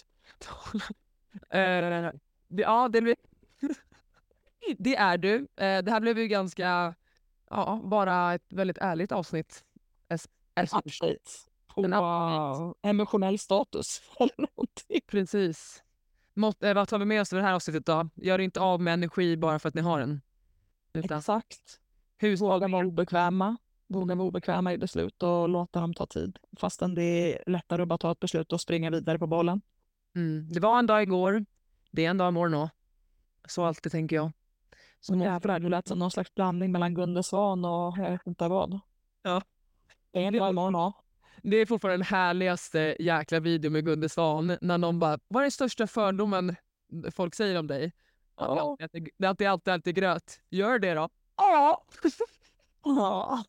Eh, det, ja, det, blir... det är du. Eh, det här blev ju ganska... Ja, bara ett väldigt ärligt avsnitt. Es- es- Update. Wow. Emotionell status. Eller någonting. Precis. Mått, eh, vad tar vi med oss i det här avsnittet då? Gör inte av med energi bara för att ni har den. Utan Exakt. hus... Våga vara obekväma. Våga vara obekväma i beslut och låta dem ta tid. Fastän det är lättare att bara ta ett beslut och springa vidare på bollen. Mm. Det var en dag igår. Det är en dag imorgon också. Så alltid tänker jag. Så jävlar, det lät som någon slags blandning mellan Gunde Svan och jag vet inte vad. Ja. Det är en dag imorgon, ja. Det är fortfarande den härligaste jäkla videon med Gunde Svan. När någon bara, vad är den största fördomen folk säger om dig? Ja. Ja. Det är alltid, alltid, alltid gröt. Gör det då. Ja. Ja.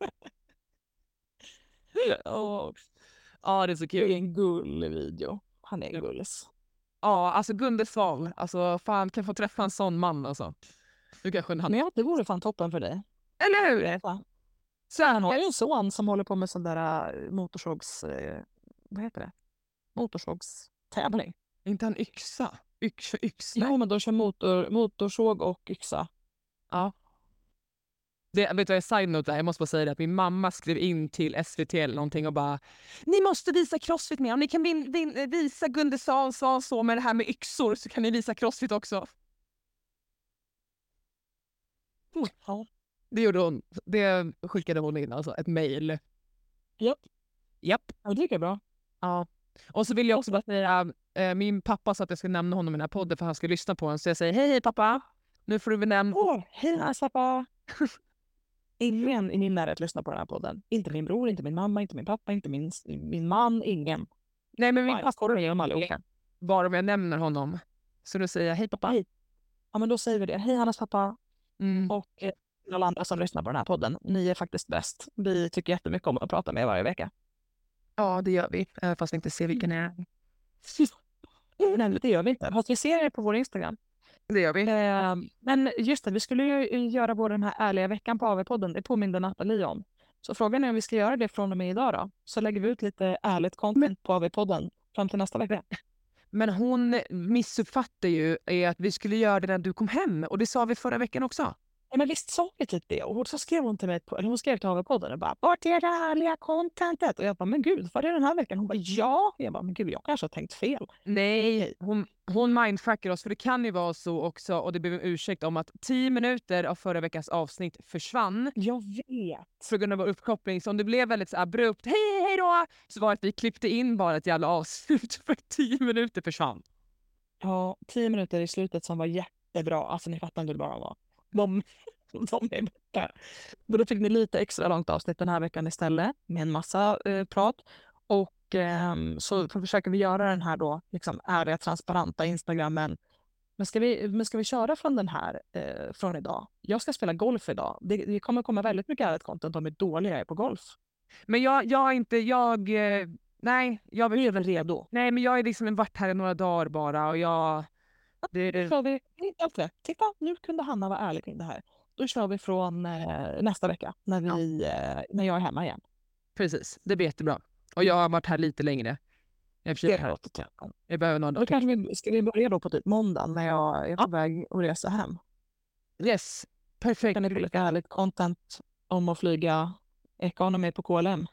Ja. Ja, det är så Det kul. är en gullig video. Han är gullis. Ja, alltså Gunde Svan. Alltså fan, kan jag få träffa en sån man alltså. Du kanske han... Men ja, det vore fan toppen för dig. Eller hur? Ja. Så han Jag har... har ju en son som håller på med sån där äh, motorsågs... Äh, vad heter det? Motorsågstävling. Inte han yxa? Yxa, yxa. Jo, men de kör motor, motorsåg och yxa. Ja. Det, vet du vad jag side note där? Jag måste bara säga det att min mamma skrev in till S V T eller någonting och bara ni måste visa crossfit mer. Om ni kan vin, vin, visa Gunde Svan sa så med det här med yxor så kan ni visa crossfit också. Ja. Det gjorde hon. Det skickade hon in, alltså ett mejl. Japp. Japp. Ja, det tycker jag är bra. Ja. Och så vill jag också bara säga, äh, min pappa sa att jag ska nämna honom i den här podden för han ska lyssna på den. Så jag säger, hej hej pappa, nu får du väl nämna... Åh, hej pappa. Ingen i min närhet lyssnar på den här podden. Inte min bror, inte min mamma, inte min pappa, inte min, min man, ingen. Nej, men min Nej, pappa skojar jag om allihopa. bara om jag nämner honom. Så då säger jag, hej pappa. Hej. Ja, men då säger vi det. Hej Hannas pappa. Mm. Och eh, alla andra som lyssnar på den här podden. Ni är faktiskt bäst. Vi tycker jättemycket om att prata med er varje vecka. Ja, det gör vi. Även fast vi inte ser vilken det är. Nej, det gör vi inte. Fast vi ser er på vår Instagram. Det gör vi. Eh, men just det, vi skulle ju göra vår den här ärliga veckan på A V-podden. Det påminde Nathalie om. Så frågan är om vi ska göra det från och med idag då. Så lägger vi ut lite ärligt content på A V-podden fram till nästa vecka. Men hon missuppfattar ju är att vi skulle göra det när du kom hem. Och det sa vi förra veckan också. Ja, men visst sa vi typ det. Och så skrev hon till mig, på, eller hon skrev till H V-podden och bara, vart är det härliga contentet? Och jag bara, men gud, vad är det den här veckan? Hon bara, ja. Jag bara, men gud, jag kanske har tänkt fel. Nej, hon, hon mindfuckar oss, för det kan ju vara så också, och det blev en ursäkt om att tio minuter av förra veckans avsnitt försvann. Jag vet. På grund av vår uppkoppling, så om det blev väldigt så abrupt, hej hej då, så var det att vi klippte in bara ett jävla avslut för tio minuter försvann. Ja, tio minuter i slutet som var jättebra. Alltså ni fattar inte hur bra de var. De, de är borta. Då fick ni lite extra långt avsnitt den här veckan istället med en massa eh, prat. Och eh, så försöker vi göra den här då liksom ärliga, transparenta Instagrammen. Men ska vi, men ska vi köra från den här eh, från idag? Jag ska spela golf idag. Det, det kommer komma väldigt mycket ärligt content om hur dåliga jag är på golf. Men jag, jag är inte, jag, eh, nej, jag Vi är väl redo. Nej, men jag är liksom varit här i några dagar bara och jag... Det, det... Kör vi, titta, nu kunde Hanna vara ärlig kring det här. Då kör vi från eh, nästa vecka när, vi, ja. eh, när jag är hemma igen. Precis, det blir jättebra. Och jag har varit här lite längre. Jag, det är här. jag behöver någon... Då kanske vi, ska vi börja då på typ måndag när jag är på ja. väg att resa hem. Yes, perfekt. Kan det bli lite härligt content om att flyga economy på K L M?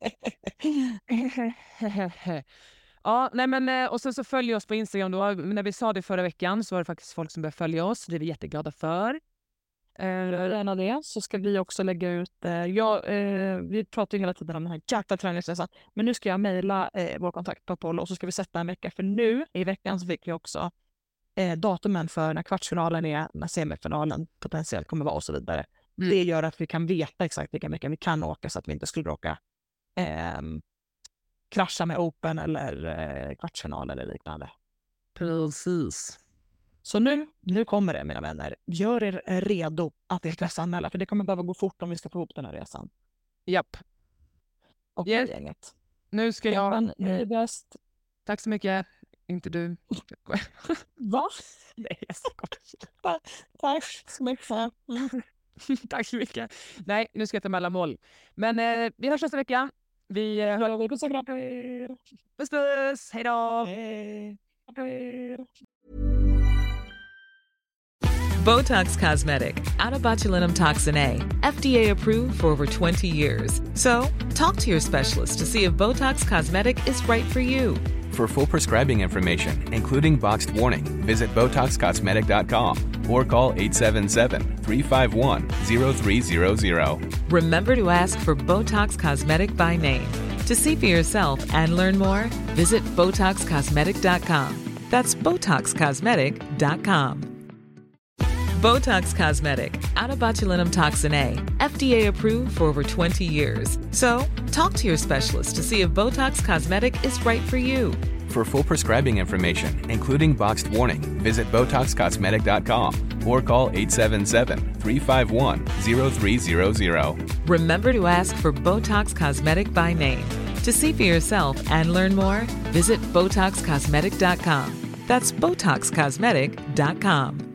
Ja, nej men och sen så följer oss på Instagram då. När vi sa det förra veckan så var det faktiskt folk som började följa oss. Det är vi jätteglada för. En av det så ska vi också lägga ut, eh, ja, eh, vi pratar ju hela tiden om den här jäkla träningsresan, men nu ska jag mejla eh, vår kontakt på Apollo och så ska vi sätta en vecka, för nu i veckan så fick vi också eh, datumen för när kvartsfinalen är, när semifinalen potentiellt kommer vara och så vidare. Mm. Det gör att vi kan veta exakt vilka veckan vi kan åka så att vi inte skulle råka eh, krascha med Open eller eh, kvartsfinal eller liknande. Precis. Så nu, nu kommer det, mina vänner. Gör er redo att intresseanmäla, för det kommer behöva gå fort om vi ska få ihop den här resan. Japp. Och yes. gänget. Nu ska jag... Men, är bäst. Tack så mycket. Inte du. Va? Nej, jag skojar. Tack så mycket. Mm. Tack så mycket. Nej, nu ska jag ta mellanmål. Men eh, vi hörs nästa vecka. Vi eh, hörs på Instagram. Puss puss. Hej då. Hej. Hej. Botox Cosmetic, out of botulinum toxin A, F D A approved for over twenty years. So, talk to your specialist to see if Botox Cosmetic is right for you. For full prescribing information, including boxed warning, visit Botox Cosmetic dot com or call eight seven seven, three five one, zero three zero zero. Remember to ask for Botox Cosmetic by name. To see for yourself and learn more, visit Botox Cosmetic dot com. That's Botox Cosmetic dot com. Botox Cosmetic, out of botulinum toxin A, F D A approved for over twenty years. So, talk to your specialist to see if Botox Cosmetic is right for you. For full prescribing information, including boxed warning, visit Botox Cosmetic dot com or call eight seven seven, three five one, zero three zero zero. Remember to ask for Botox Cosmetic by name. To see for yourself and learn more, visit Botox Cosmetic dot com. That's Botox Cosmetic dot com.